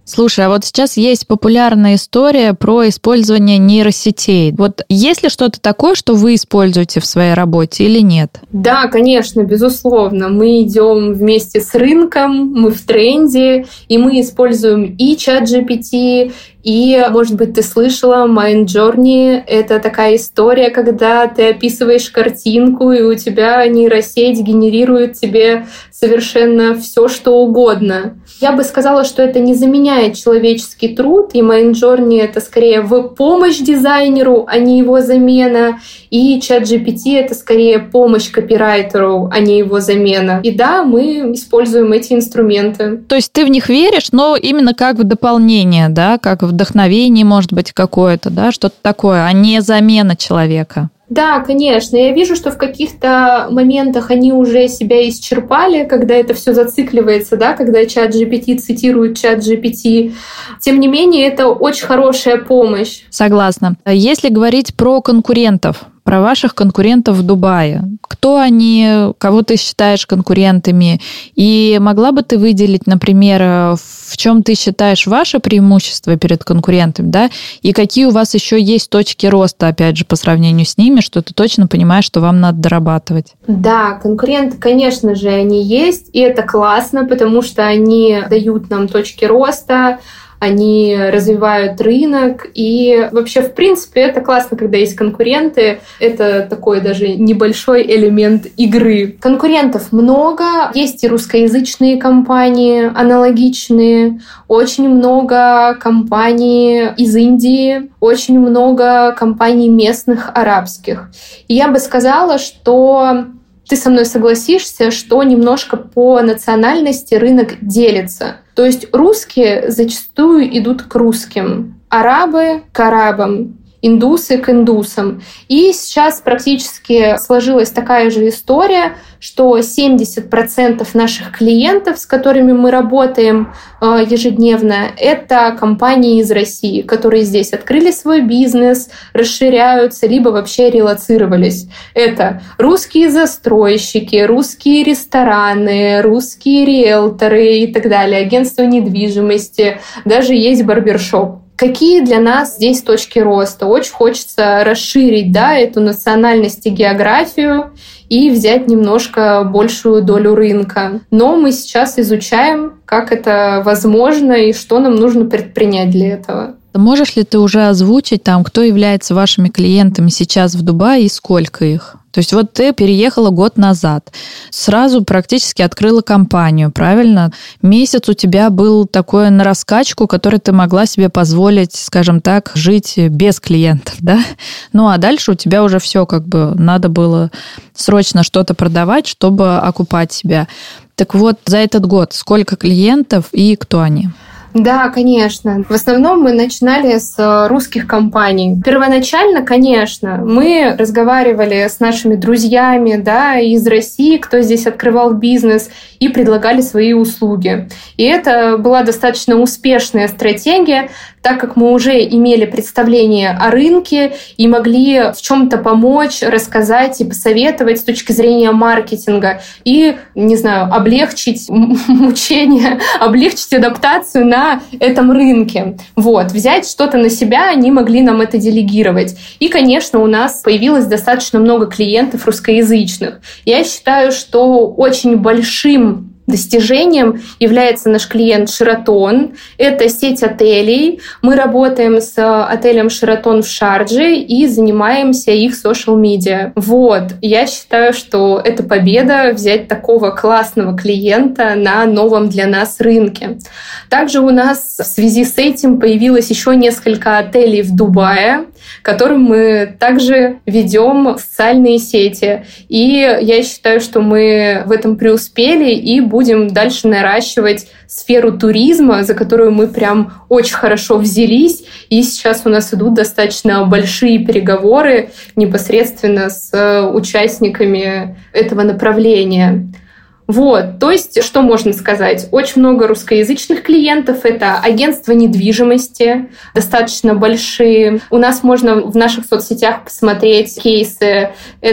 Слушай, а вот сейчас есть популярная история про использование нейросетей. Вот есть ли что-то такое, что вы используете в своей работе или нет? Да, конечно, безусловно. Мы идем вместе с рынком, мы в тренде, и мы используем и ChatGPT, и, может быть, ты слышала, Mindjourney — это такая история, когда ты описываешь картинку, и у тебя нейросеть генерирует тебе совершенно все, что угодно. Я бы сказала, что это не заменяет человеческий труд, и Mindjourney — это скорее в помощь дизайнеру, а не его замена, и ChatGPT — это скорее помощь копирайтеру, а не его замена. И да, мы используем эти инструменты. То есть ты в них веришь, но именно как в дополнение, да, как вдохновение, может быть, какое-то, да, что-то такое, а не замена человека. Да, конечно. Я вижу, что в каких-то моментах они уже себя исчерпали, когда это все зацикливается, да, когда ChatGPT цитирует ChatGPT. Тем не менее, это очень хорошая помощь. Согласна. Если говорить про конкурентов, про ваших конкурентов в Дубае. Кто они, кого ты считаешь конкурентами? И могла бы ты выделить, например, в чем ты считаешь ваше преимущество перед конкурентами, да? И какие у вас еще есть точки роста, опять же, по сравнению с ними, что ты точно понимаешь, что вам надо дорабатывать? Да, конкуренты, конечно же, они есть, и это классно, потому что они дают нам точки роста, они развивают рынок, и вообще, в принципе, это классно, когда есть конкуренты. Это такой даже небольшой элемент игры. Конкурентов много, есть и русскоязычные компании аналогичные, очень много компаний из Индии, очень много компаний местных арабских. И я бы сказала, что ты со мной согласишься, что немножко по национальности рынок делится. То есть русские зачастую идут к русским, арабы к арабам, индусы к индусам. И сейчас практически сложилась такая же история, что 70% наших клиентов, с которыми мы работаем ежедневно, это компании из России, которые здесь открыли свой бизнес, расширяются, либо вообще релоцировались. Это русские застройщики, русские рестораны, русские риэлторы и так далее, агентства недвижимости, даже есть барбершоп. Какие для нас здесь точки роста? Очень хочется расширить, да, эту национальность и географию и взять немножко большую долю рынка. Но мы сейчас изучаем, как это возможно и что нам нужно предпринять для этого. Можешь ли ты уже озвучить, там, кто является вашими клиентами сейчас в Дубае и сколько их? То есть вот ты переехала год назад, сразу практически открыла компанию, правильно? Месяц у тебя был такой на раскачку, который ты могла себе позволить, скажем так, жить без клиентов, да? Ну а дальше у тебя уже все как бы надо было срочно что-то продавать, чтобы окупать себя. Так вот, за этот год сколько клиентов и кто они? Да, конечно. В основном мы начинали с русских компаний. Первоначально, конечно, мы разговаривали с нашими друзьями, да, из России, кто здесь открывал бизнес, и предлагали свои услуги. И это была достаточно успешная стратегия, так как мы уже имели представление о рынке и могли в чем-то помочь, рассказать и посоветовать с точки зрения маркетинга и, не знаю, облегчить мучение, облегчить адаптацию на этом рынке. Вот. Взять что-то на себя, они могли нам это делегировать. И, конечно, у нас появилось достаточно много клиентов русскоязычных. Я считаю, что очень большим достижением является наш клиент Sheraton. Это сеть отелей. Мы работаем с отелем Sheraton в Шардже и занимаемся их social-media. Вот. Я считаю, что это победа взять такого классного клиента на новом для нас рынке. Также у нас в связи с этим появилось еще несколько отелей в Дубае, которым мы также ведем социальные сети. И я считаю, что мы в этом преуспели и будем дальше наращивать сферу туризма, за которую мы прям очень хорошо взялись. И сейчас у нас идут достаточно большие переговоры непосредственно с участниками этого направления. Вот, то есть, что можно сказать? Очень много русскоязычных клиентов, это агентства недвижимости, достаточно большие. У нас можно в наших соцсетях посмотреть кейсы.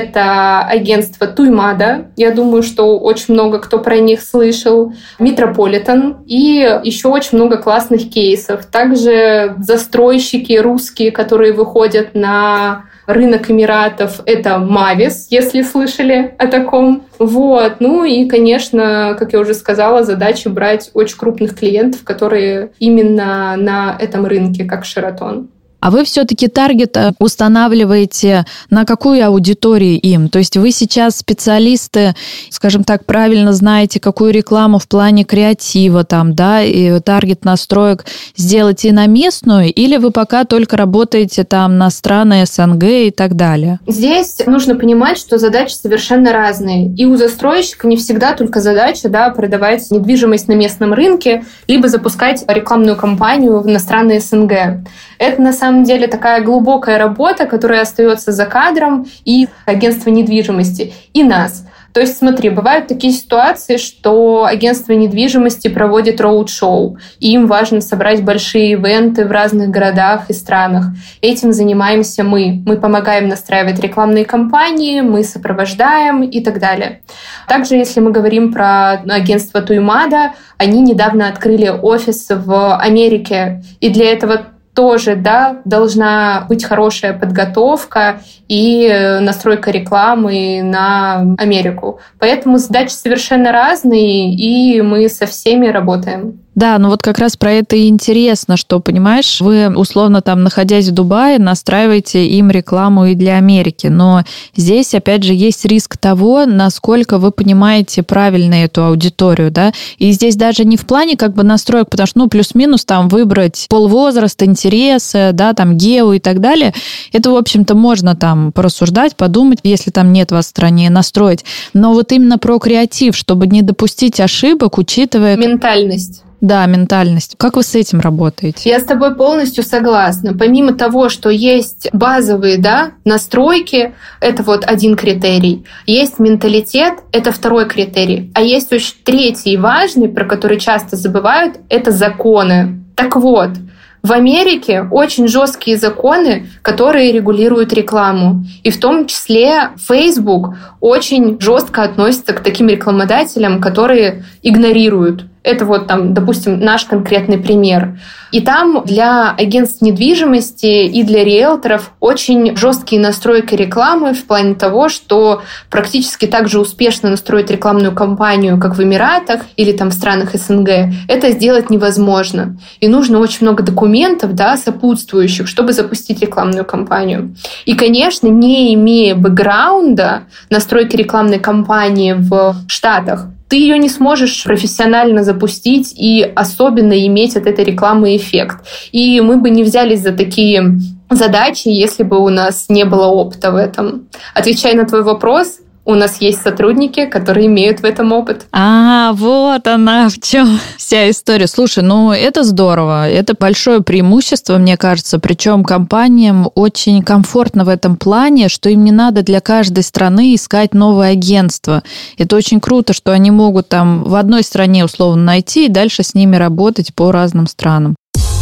Это агентство Туймада, я думаю, что очень много кто про них слышал, Метрополитен и еще очень много классных кейсов. Также застройщики русские, которые выходят на рынок Эмиратов, это Мавис, если слышали о таком. Вот. Ну и, конечно, как я уже сказала, задача брать очень крупных клиентов, которые именно на этом рынке, как Шератон. А вы все-таки таргет устанавливаете на какую аудиторию им? То есть вы сейчас специалисты, скажем так, правильно знаете, какую рекламу в плане креатива там, да, и таргет настроек сделать и на местную, или вы пока только работаете там на страны СНГ и так далее? Здесь нужно понимать, что задачи совершенно разные. И у застройщика не всегда только задача, да, продавать недвижимость на местном рынке, либо запускать рекламную кампанию на страны СНГ. Это на самом деле такая глубокая работа, которая остается за кадром и агентства недвижимости, и нас. То есть, смотри, бывают такие ситуации, что агентство недвижимости проводит роуд-шоу, и им важно собрать большие ивенты в разных городах и странах. Этим занимаемся мы. Мы помогаем настраивать рекламные кампании, мы сопровождаем и так далее. Также, если мы говорим про агентство Туймада, они недавно открыли офис в Америке, и для этого тоже, да, должна быть хорошая подготовка и настройка рекламы на Америку. Поэтому задачи совершенно разные, и мы со всеми работаем. Да, ну вот как раз про это и интересно, что, понимаешь, вы, условно, там, находясь в Дубае, настраиваете им рекламу и для Америки, но здесь, опять же, есть риск того, насколько вы понимаете правильно эту аудиторию, да, и здесь даже не в плане как бы настроек, потому что, ну, плюс-минус там выбрать полвозраст, интересы, да, там, гео и так далее, это, в общем-то, можно там порассуждать, подумать, если там нет вас в стране, настроить, но вот именно про креатив, чтобы не допустить ошибок, учитывая... Ментальность. Да, ментальность. Как вы с этим работаете? Я с тобой полностью согласна. Помимо того, что есть базовые, да, настройки, это вот один критерий. Есть менталитет, это второй критерий. А есть очень третий важный, про который часто забывают, это законы. Так вот, в Америке очень жесткие законы, которые регулируют рекламу. И в том числе Facebook очень жестко относится к таким рекламодателям, которые игнорируют. Это вот там, допустим, наш конкретный пример. И там для агентств недвижимости и для риэлторов очень жесткие настройки рекламы в плане того, что практически так же успешно настроить рекламную кампанию, как в Эмиратах или там в странах СНГ, это сделать невозможно. И нужно очень много документов, да, сопутствующих, чтобы запустить рекламную кампанию. И, конечно, не имея бэкграунда настройки рекламной кампании в Штатах, ты ее не сможешь профессионально запустить и особенно иметь от этой рекламы эффект. И мы бы не взялись за такие задачи, если бы у нас не было опыта в этом. Отвечая на твой вопрос, у нас есть сотрудники, которые имеют в этом опыт. Вот она в чем вся история. Слушай, ну это здорово. Это большое преимущество, мне кажется. Причем компаниям очень комфортно в этом плане, что им не надо для каждой страны искать новое агентство. Это очень круто, что они могут там в одной стране условно найти и дальше с ними работать по разным странам.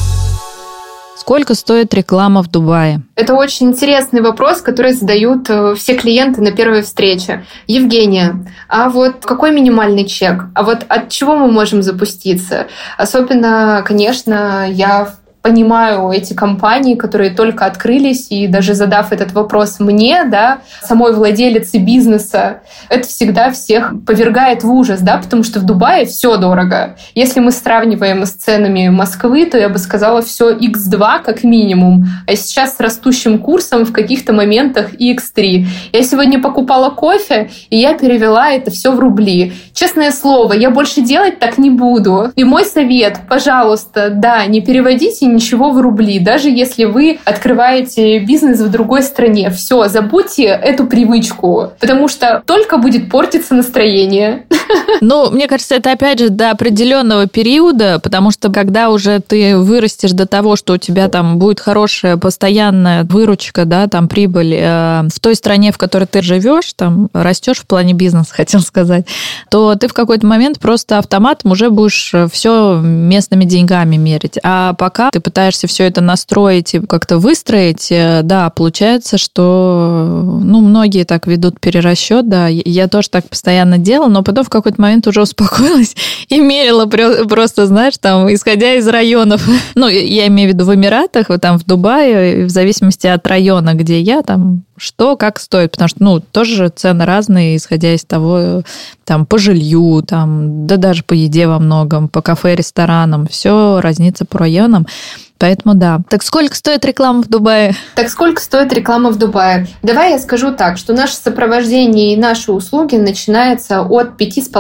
Сколько стоит реклама в Дубае? Это очень интересный вопрос, который задают все клиенты на первой встрече. Евгения, а вот какой минимальный чек? А вот от чего мы можем запуститься? Особенно, конечно, я понимаю эти компании, которые только открылись, и даже задав этот вопрос мне, да, самой владелице бизнеса, это всегда всех повергает в ужас, да, потому что в Дубае все дорого. Если мы сравниваем с ценами Москвы, то я бы сказала, все x2 как минимум, а сейчас с растущим курсом в каких-то моментах и x3. Я сегодня покупала кофе, и я перевела это все в рубли. Честное слово, я больше делать так не буду. И мой совет, пожалуйста, да, не переводите ничего в рубли, даже если вы открываете бизнес в другой стране. Все, забудьте эту привычку, потому что только будет портиться настроение. Ну, мне кажется, это, опять же, до определенного периода, потому что когда уже ты вырастешь до того, что у тебя там будет хорошая постоянная выручка, да, там прибыль в той стране, в которой ты живешь, там растешь в плане бизнеса, хотел сказать, то ты в какой-то момент просто автоматом уже будешь все местными деньгами мерить. А пока ты пытаешься все это настроить и как-то выстроить, да, получается, что, ну, многие так ведут перерасчет, да, я тоже так постоянно делала, но потом в какой-то момент уже успокоилась и мерила просто, знаешь, там, исходя из районов. Ну, я имею в виду в Эмиратах, вот там в Дубае, в зависимости от района, где я, там, что, как стоит, потому что, ну, тоже цены разные, исходя из того, там, по жилью, там, да даже по еде во многом, по кафе, ресторанам, все разнится по районам. Поэтому да. Так сколько стоит реклама в Дубае? Так сколько стоит реклама в Дубае? Давай я скажу так, что наше сопровождение и наши услуги начинаются от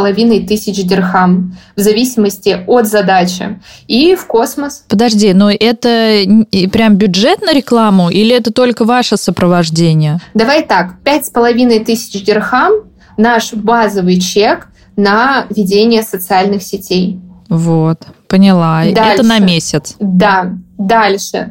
5500 дирхам, в зависимости от задачи. И в космос. Подожди, но это прям бюджет на рекламу или это только ваше сопровождение? Давай так, 5500 дирхам – наш базовый чек на ведение социальных сетей. Вот, поняла. Дальше. Это на месяц? Да. Дальше.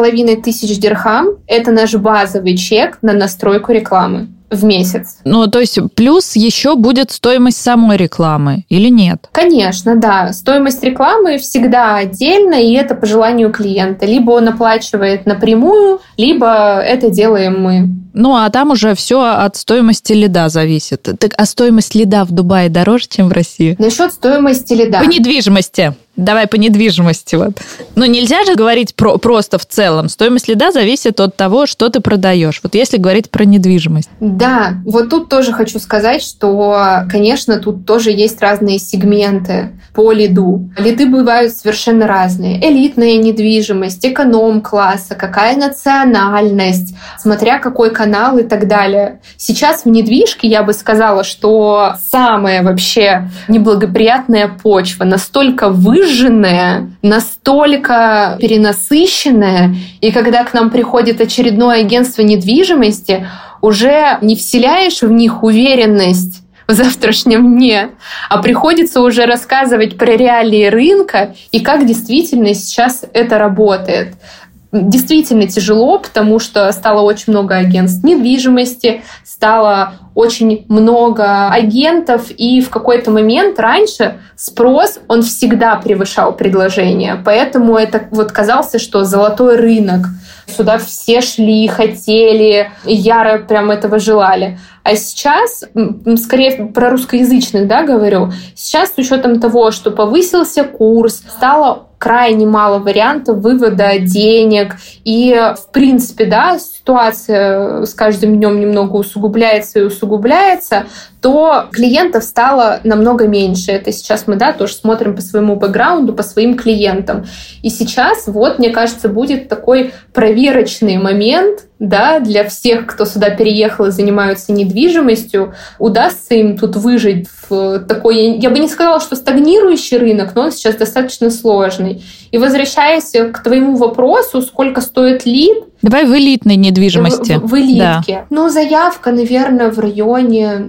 5500 дирхам – это наш базовый чек на настройку рекламы в месяц. Ну, то есть плюс еще будет стоимость самой рекламы или нет? Конечно, да. Стоимость рекламы всегда отдельно, и это по желанию клиента. Либо он оплачивает напрямую, либо это делаем мы. Ну, а там уже все от стоимости лида зависит. Так, а стоимость лида в Дубае дороже, чем в России? Насчет стоимости лида. По недвижимости. Давай по недвижимости. Вот. Ну, нельзя же говорить просто в целом. Стоимость лида зависит от того, что ты продаешь. Вот если говорить про недвижимость. Да, вот тут тоже хочу сказать, что, конечно, тут тоже есть разные сегменты по лиду. Лиды бывают совершенно разные. Элитная недвижимость, эконом-класса, какая национальность, смотря какой канал и так далее. Сейчас в недвижке я бы сказала, что самая вообще неблагоприятная почва, настолько выжженная, настолько перенасыщенная, и когда к нам приходит очередное агентство недвижимости, уже не вселяешь в них уверенность в завтрашнем дне, а приходится уже рассказывать про реалии рынка и как действительно сейчас это работает. Действительно тяжело, потому что стало очень много агентств недвижимости, стало очень много агентов, и в какой-то момент раньше спрос, он всегда превышал предложение. Поэтому это вот казался, что золотой рынок. Сюда все шли, хотели, яро прям этого желали. А сейчас, скорее про русскоязычных, да, говорю, сейчас с учетом того, что повысился курс, стало крайне мало вариантов вывода денег. И, в принципе, да, ситуация с каждым днем немного усугубляется и усугубляется, то клиентов стало намного меньше. Это сейчас мы, да, тоже смотрим по своему бэкграунду, по своим клиентам. И сейчас, вот, мне кажется, будет такой проверочный момент, да, для всех, кто сюда переехал и занимаются недвижимостью, удастся им тут выжить в такой, я бы не сказала, что стагнирующий рынок, но он сейчас достаточно сложный. И возвращаясь к твоему вопросу, сколько стоит лид? Давай в элитной недвижимости. В элитке. Да. Ну, заявка, наверное, в районе,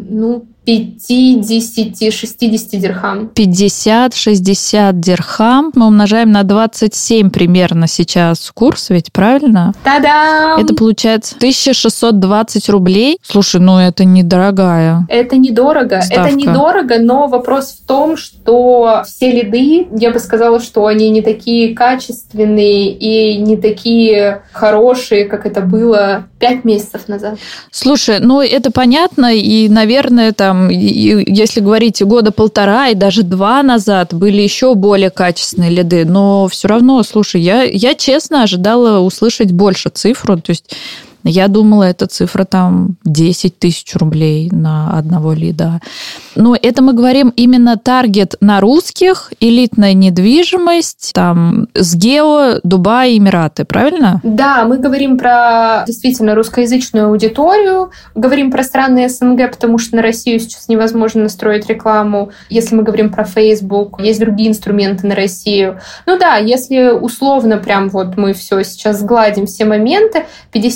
50-60 дирхам. 50-60 дирхам мы умножаем на 27 примерно сейчас курс, ведь правильно? Та-дам! Это получается 1620 рублей. Слушай, это недорогая. Это недорого. Ставка. Это недорого, но вопрос в том, что все лиды, я бы сказала, что они не такие качественные и не такие хорошие, как это было 5 месяцев назад. Слушай, это понятно, и, наверное, там, если говорить года 1,5 и даже 2 назад, были еще более качественные лиды, но все равно, слушай, я честно ожидала услышать больше цифру, то есть я думала, эта цифра там 10 тысяч рублей на одного лида. Но это мы говорим именно таргет на русских, элитная недвижимость, там, СГЕО, Дубай, Эмираты, правильно? Да, мы говорим про действительно русскоязычную аудиторию, говорим про страны СНГ, потому что на Россию сейчас невозможно настроить рекламу. Если мы говорим про Facebook, есть другие инструменты на Россию. Если условно прям вот мы все сейчас сгладим, все моменты, 50-60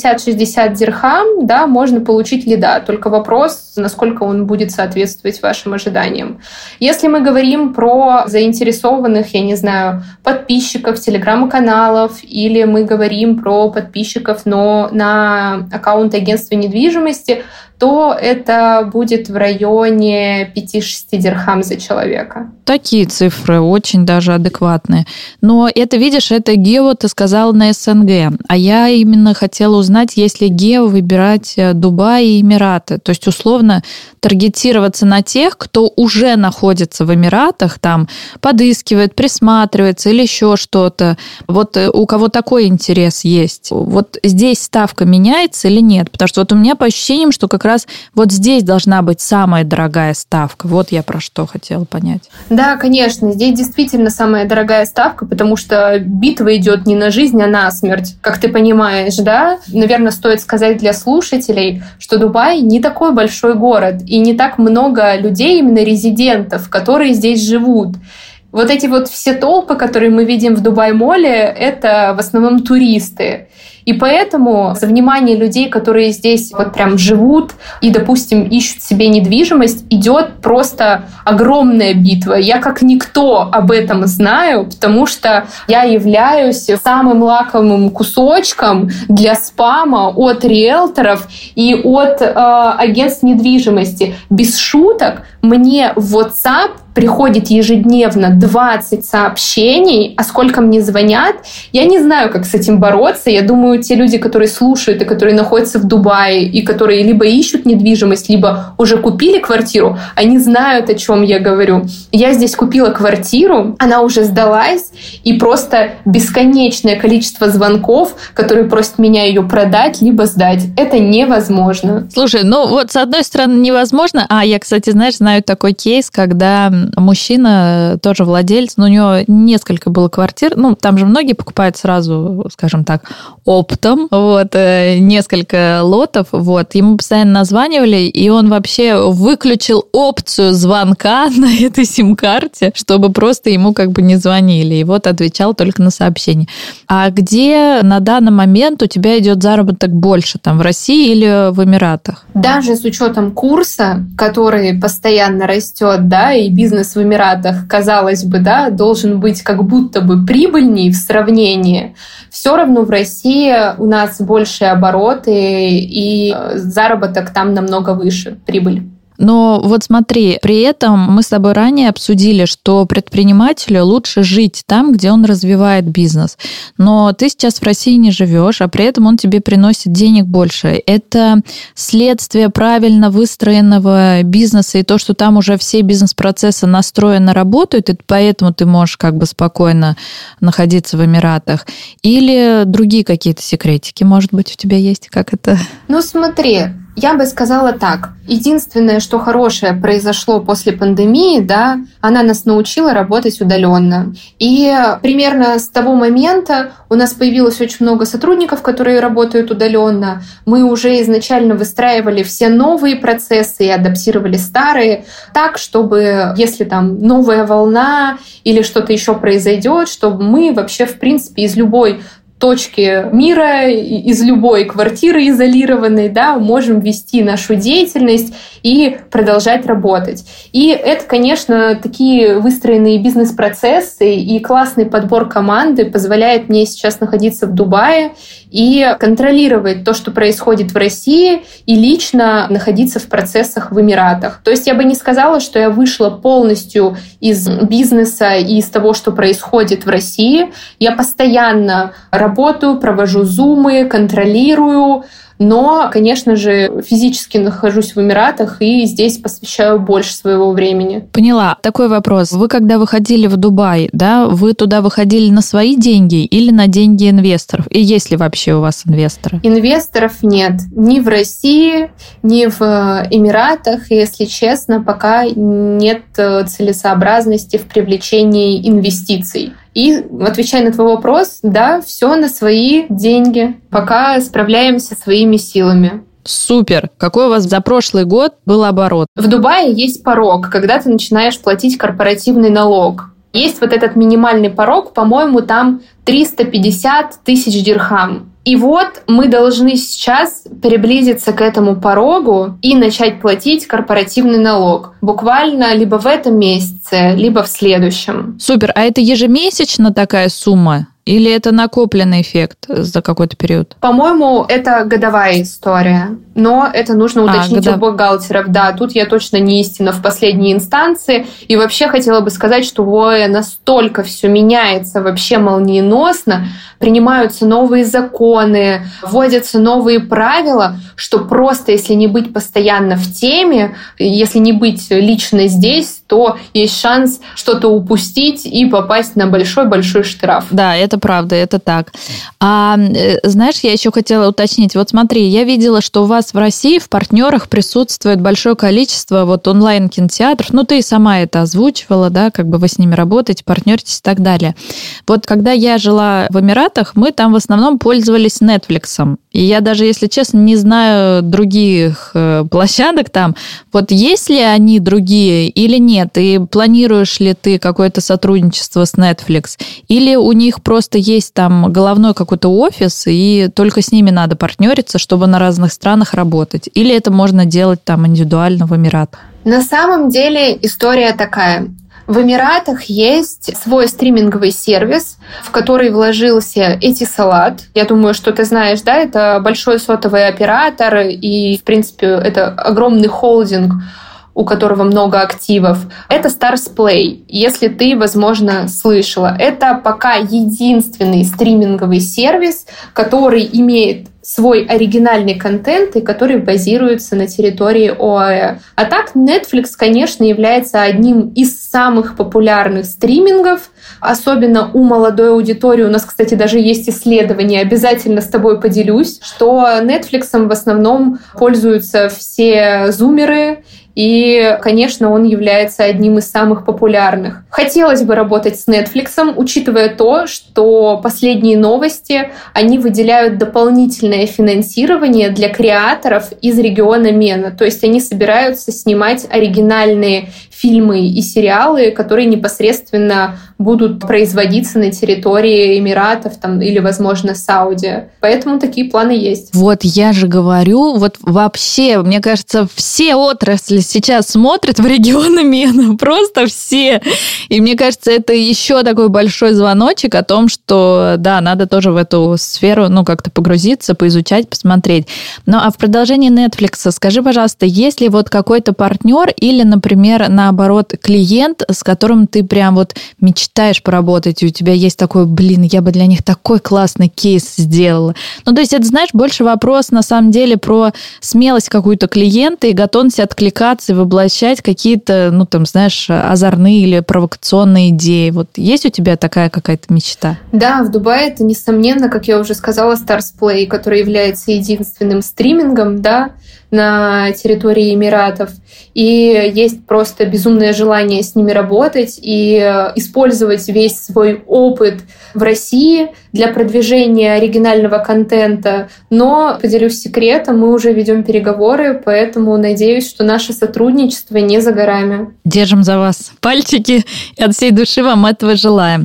50 дирхам, да, можно получить лида. Только вопрос, насколько он будет соответствовать вашим ожиданиям. Если мы говорим про заинтересованных, я не знаю, подписчиков телеграм-каналов, или мы говорим про подписчиков, но на аккаунт агентства недвижимости, то это будет в районе 5-6 дирхам за человека. Такие цифры очень даже адекватные. Но это, видишь, это гео, ты сказала, на СНГ. А я именно хотела узнать, если гео выбирать Дубай и Эмираты. То есть, условно, таргетироваться на тех, кто уже находится в Эмиратах, там, подыскивает, присматривается или еще что-то. Вот у кого такой интерес есть. Вот здесь ставка меняется или нет? Потому что вот у меня по ощущениям, что как раз вот здесь должна быть самая дорогая ставка. Вот я про что хотела понять. Да, конечно, здесь действительно самая дорогая ставка, потому что битва идет не на жизнь, а на смерть, как ты понимаешь, да? Наверное, стоит сказать для слушателей, что Дубай не такой большой город, и не так много людей, именно резидентов, которые здесь живут. Вот эти вот все толпы, которые мы видим в Дубай-моле, это в основном туристы. И поэтому за внимание людей, которые здесь вот прям живут и, допустим, ищут себе недвижимость, идет просто огромная битва. Я как никто об этом знаю, потому что я являюсь самым лакомым кусочком для спама от риэлторов и от агентств недвижимости. Без шуток, мне в WhatsApp приходит ежедневно 20 сообщений, а сколько мне звонят, я не знаю, как с этим бороться. Я думаю, те люди, которые слушают и которые находятся в Дубае, и которые либо ищут недвижимость, либо уже купили квартиру, они знают, о чем я говорю. Я здесь купила квартиру, она уже сдалась, и просто бесконечное количество звонков, которые просят меня ее продать, либо сдать. Это невозможно. Слушай, ну вот с одной стороны невозможно, а я, кстати, знаешь, знаю такой кейс, когда мужчина, тоже владелец, но у него несколько было квартир, ну, там же многие покупают сразу, скажем так, оптом, вот, несколько лотов, вот, ему постоянно названивали, и он вообще выключил опцию звонка на этой сим-карте, чтобы просто ему как бы не звонили, и вот отвечал только на сообщения. А где на данный момент у тебя идет заработок больше, там, в России или в Эмиратах? Даже с учетом курса, который постоянно растет, да, и бизнес в Эмиратах, казалось бы, да, должен быть как будто бы прибыльней в сравнении, все равно в России у нас большие обороты и заработок там намного выше, прибыль. Но вот смотри, при этом мы с тобой ранее обсудили, что предпринимателю лучше жить там, где он развивает бизнес. Но ты сейчас в России не живешь, а при этом он тебе приносит денег больше. Это следствие правильно выстроенного бизнеса и то, что там уже все бизнес-процессы настроены, работают, и поэтому ты можешь как бы спокойно находиться в Эмиратах. Или другие какие-то секретики, может быть, у тебя есть? Как это? Ну смотри, я бы сказала так. Единственное, что хорошее произошло после пандемии, да, она нас научила работать удаленно. И примерно с того момента у нас появилось очень много сотрудников, которые работают удаленно. Мы уже изначально выстраивали все новые процессы и адаптировали старые так, чтобы если там новая волна или что-то еще произойдет, чтобы мы вообще, в принципе, из любой точки мира, из любой квартиры изолированной, да, можем вести нашу деятельность и продолжать работать. И это, конечно, такие выстроенные бизнес-процессы и классный подбор команды позволяет мне сейчас находиться в Дубае и контролировать то, что происходит в России, и лично находиться в процессах в Эмиратах. То есть я бы не сказала, что я вышла полностью из бизнеса и из того, что происходит в России. Я постоянно работаю, провожу зумы, контролирую, но, конечно же, физически нахожусь в Эмиратах и здесь посвящаю больше своего времени. Поняла. Такой вопрос. Вы когда выходили в Дубай, да, вы туда выходили на свои деньги или на деньги инвесторов? И есть ли вообще у вас инвесторы? Инвесторов нет. Ни в России, ни в Эмиратах. И, если честно, пока нет целесообразности в привлечении инвестиций. И, отвечая на твой вопрос, да, все на свои деньги. Пока справляемся своими силами. Супер! Какой у вас за прошлый год был оборот? В Дубае есть порог, когда ты начинаешь платить корпоративный налог. Есть вот этот минимальный порог, по-моему, там 350 тысяч дирхам. И вот мы должны сейчас приблизиться к этому порогу и начать платить корпоративный налог. Буквально либо в этом месяце, либо в следующем. Супер. А это ежемесячно такая сумма? Или это накопленный эффект за какой-то период? По-моему, это годовая история. Но это нужно уточнить у бухгалтеров. Да, тут я точно не истина в последней инстанции. И вообще хотела бы сказать, что настолько все меняется вообще молниеносно, принимаются новые законы, вводятся новые правила, что просто если не быть постоянно в теме, если не быть лично здесь, то есть шанс что-то упустить и попасть на большой-большой штраф. Да, это правда, это так. А знаешь, я еще хотела уточнить. Вот смотри, я видела, что у вас в России в партнерах присутствует большое количество онлайн-кинотеатров. Ты и сама это озвучивала, да, вы с ними работаете, партнеритесь и так далее. Вот когда я жила в Эмиратах, мы там в основном пользовались Netflix. И я даже, если честно, не знаю других площадок там. Вот есть ли они другие или нет? И планируешь ли ты какое-то сотрудничество с Netflix? Или у них просто есть там головной какой-то офис, и только с ними надо партнериться, чтобы на разных странах работать? Или это можно делать там индивидуально в Эмиратах? На самом деле история такая. В Эмиратах есть свой стриминговый сервис, в который вложился Этисалат. Я думаю, что ты знаешь, да, это большой сотовый оператор, и, в принципе, это огромный холдинг, у которого много активов. Это Starzplay, если ты, возможно, слышала. Это пока единственный стриминговый сервис, который имеет свой оригинальный контент и который базируется на территории ОАЭ. А так Netflix, конечно, является одним из самых популярных стримингов, особенно у молодой аудитории. У нас, кстати, даже есть исследование, обязательно с тобой поделюсь, что Netflix в основном пользуются все зумеры, и, конечно, он является одним из самых популярных. Хотелось бы работать с Netflix, учитывая то, что последние новости, они выделяют дополнительное финансирование для креаторов из региона MENA. То есть они собираются снимать оригинальные фильмы и сериалы, которые непосредственно будут производиться на территории Эмиратов или, возможно, Сауди. Поэтому такие планы есть. Вот я же говорю, вообще, мне кажется, все отрасли сейчас смотрят в регионы MENA, просто все. И мне кажется, это еще такой большой звоночек о том, что, да, надо тоже в эту сферу, как-то погрузиться, поизучать, посмотреть. А в продолжении Netflix, скажи, пожалуйста, есть ли какой-то партнер или, например, наоборот, клиент, с которым ты прям мечтаешь поработать, и у тебя есть такой, я бы для них такой классный кейс сделала. То есть это, знаешь, больше вопрос, на самом деле, про смелость какую-то клиента и готовность откликаться и воплощать какие-то, озорные или провокационные идеи. Есть у тебя такая какая-то мечта? Да, в Дубае это, несомненно, как я уже сказала, Starzplay, который является единственным стримингом, да, на территории Эмиратов. И есть просто безумное желание с ними работать и использовать весь свой опыт в России для продвижения оригинального контента. Но, поделюсь секретом, мы уже ведем переговоры, поэтому надеюсь, что наше сотрудничество не за горами. Держим за вас пальчики и от всей души вам этого желаем.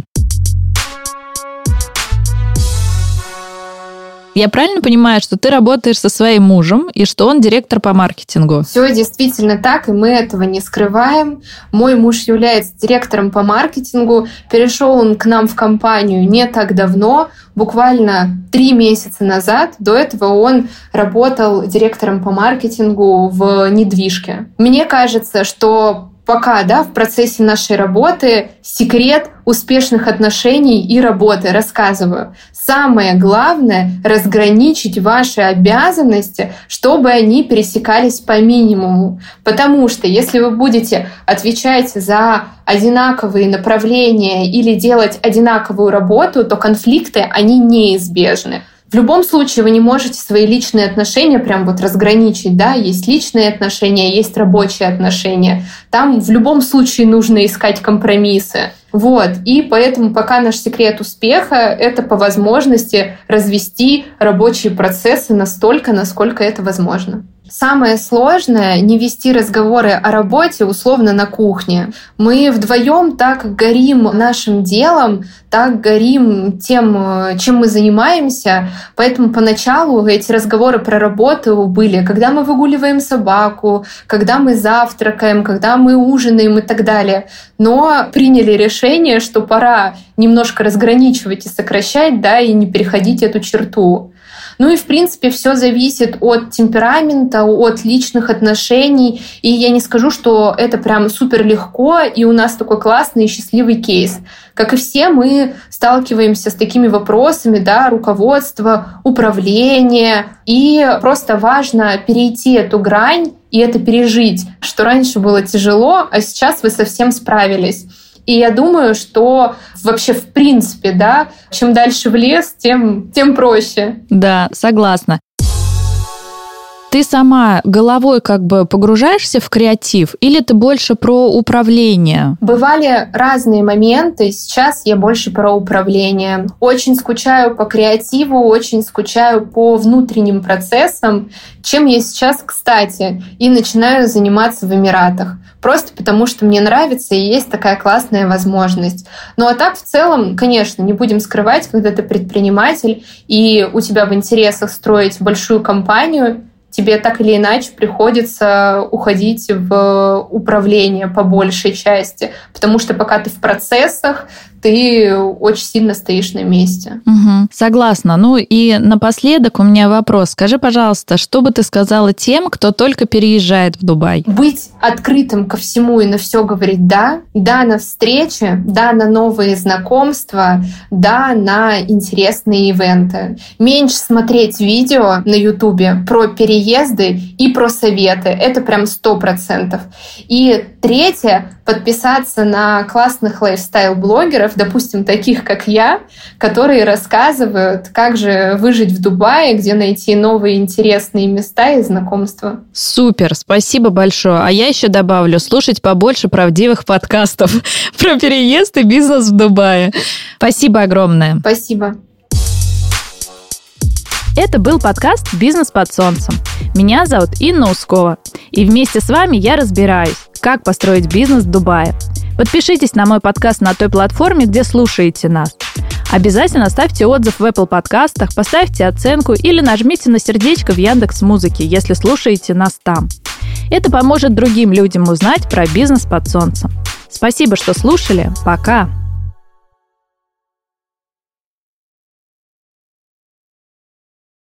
Я правильно понимаю, что ты работаешь со своим мужем и что он директор по маркетингу? Все действительно так, и мы этого не скрываем. Мой муж является директором по маркетингу. Перешел он к нам в компанию не так давно, буквально 3 месяца назад. До этого он работал директором по маркетингу в недвижке. Мне кажется, что пока, в процессе нашей работы секрет успешных отношений и работы. Рассказываю. Самое главное — разграничить ваши обязанности, чтобы они пересекались по минимуму. Потому что если вы будете отвечать за одинаковые направления или делать одинаковую работу, то конфликты, они неизбежны. В любом случае вы не можете свои личные отношения прям разграничить, да, есть личные отношения, есть рабочие отношения. Там в любом случае нужно искать компромиссы. И поэтому пока наш секрет успеха — это по возможности развести рабочие процессы настолько, насколько это возможно. Самое сложное — не вести разговоры о работе условно на кухне. Мы вдвоем так горим нашим делом, так горим тем, чем мы занимаемся. Поэтому поначалу эти разговоры про работу были, когда мы выгуливаем собаку, когда мы завтракаем, когда мы ужинаем и так далее. Но приняли решение, что пора немножко разграничивать и сокращать, да, и не переходить эту черту. Ну и, в принципе, все зависит от темперамента, от личных отношений. И я не скажу, что это прям супер легко, и у нас такой классный и счастливый кейс. Как и все, мы сталкиваемся с такими вопросами, да, руководства, управления. И просто важно перейти эту грань и это пережить, что раньше было тяжело, а сейчас вы совсем справились. И я думаю, что вообще в принципе, да, чем дальше в лес, тем проще. Да, согласна. Ты сама головой как бы погружаешься в креатив или ты больше про управление? Бывали разные моменты. Сейчас я больше про управление. Очень скучаю по креативу, очень скучаю по внутренним процессам, чем я сейчас, кстати, и начинаю заниматься в Эмиратах. Просто потому, что мне нравится и есть такая классная возможность. Ну а так в целом, конечно, не будем скрывать, когда ты предприниматель и у тебя в интересах строить большую компанию, тебе так или иначе приходится уходить в управление по большей части, потому что пока ты в процессах, ты очень сильно стоишь на месте. Угу, согласна. Ну и напоследок у меня вопрос. Скажи, пожалуйста, что бы ты сказала тем, кто только переезжает в Дубай? Быть открытым ко всему и на все говорить «да». Да на встречи, да на новые знакомства, да на интересные ивенты. Меньше смотреть видео на Ютубе про переезды и про советы. Это прям 100%. И третье — подписаться на классных лайфстайл-блогеров, допустим, таких, как я, которые рассказывают, как же выжить в Дубае, где найти новые интересные места и знакомства. Супер, спасибо большое. А я еще добавлю, слушать побольше правдивых подкастов про переезд и бизнес в Дубае. Спасибо огромное. Спасибо. Это был подкаст «Бизнес под солнцем». Меня зовут Инна Ускова. И вместе с вами я разбираюсь, как построить бизнес в Дубае. Подпишитесь на мой подкаст на той платформе, где слушаете нас. Обязательно ставьте отзыв в Apple подкастах, поставьте оценку или нажмите на сердечко в Яндекс.Музыке, если слушаете нас там. Это поможет другим людям узнать про бизнес под солнцем. Спасибо, что слушали. Пока!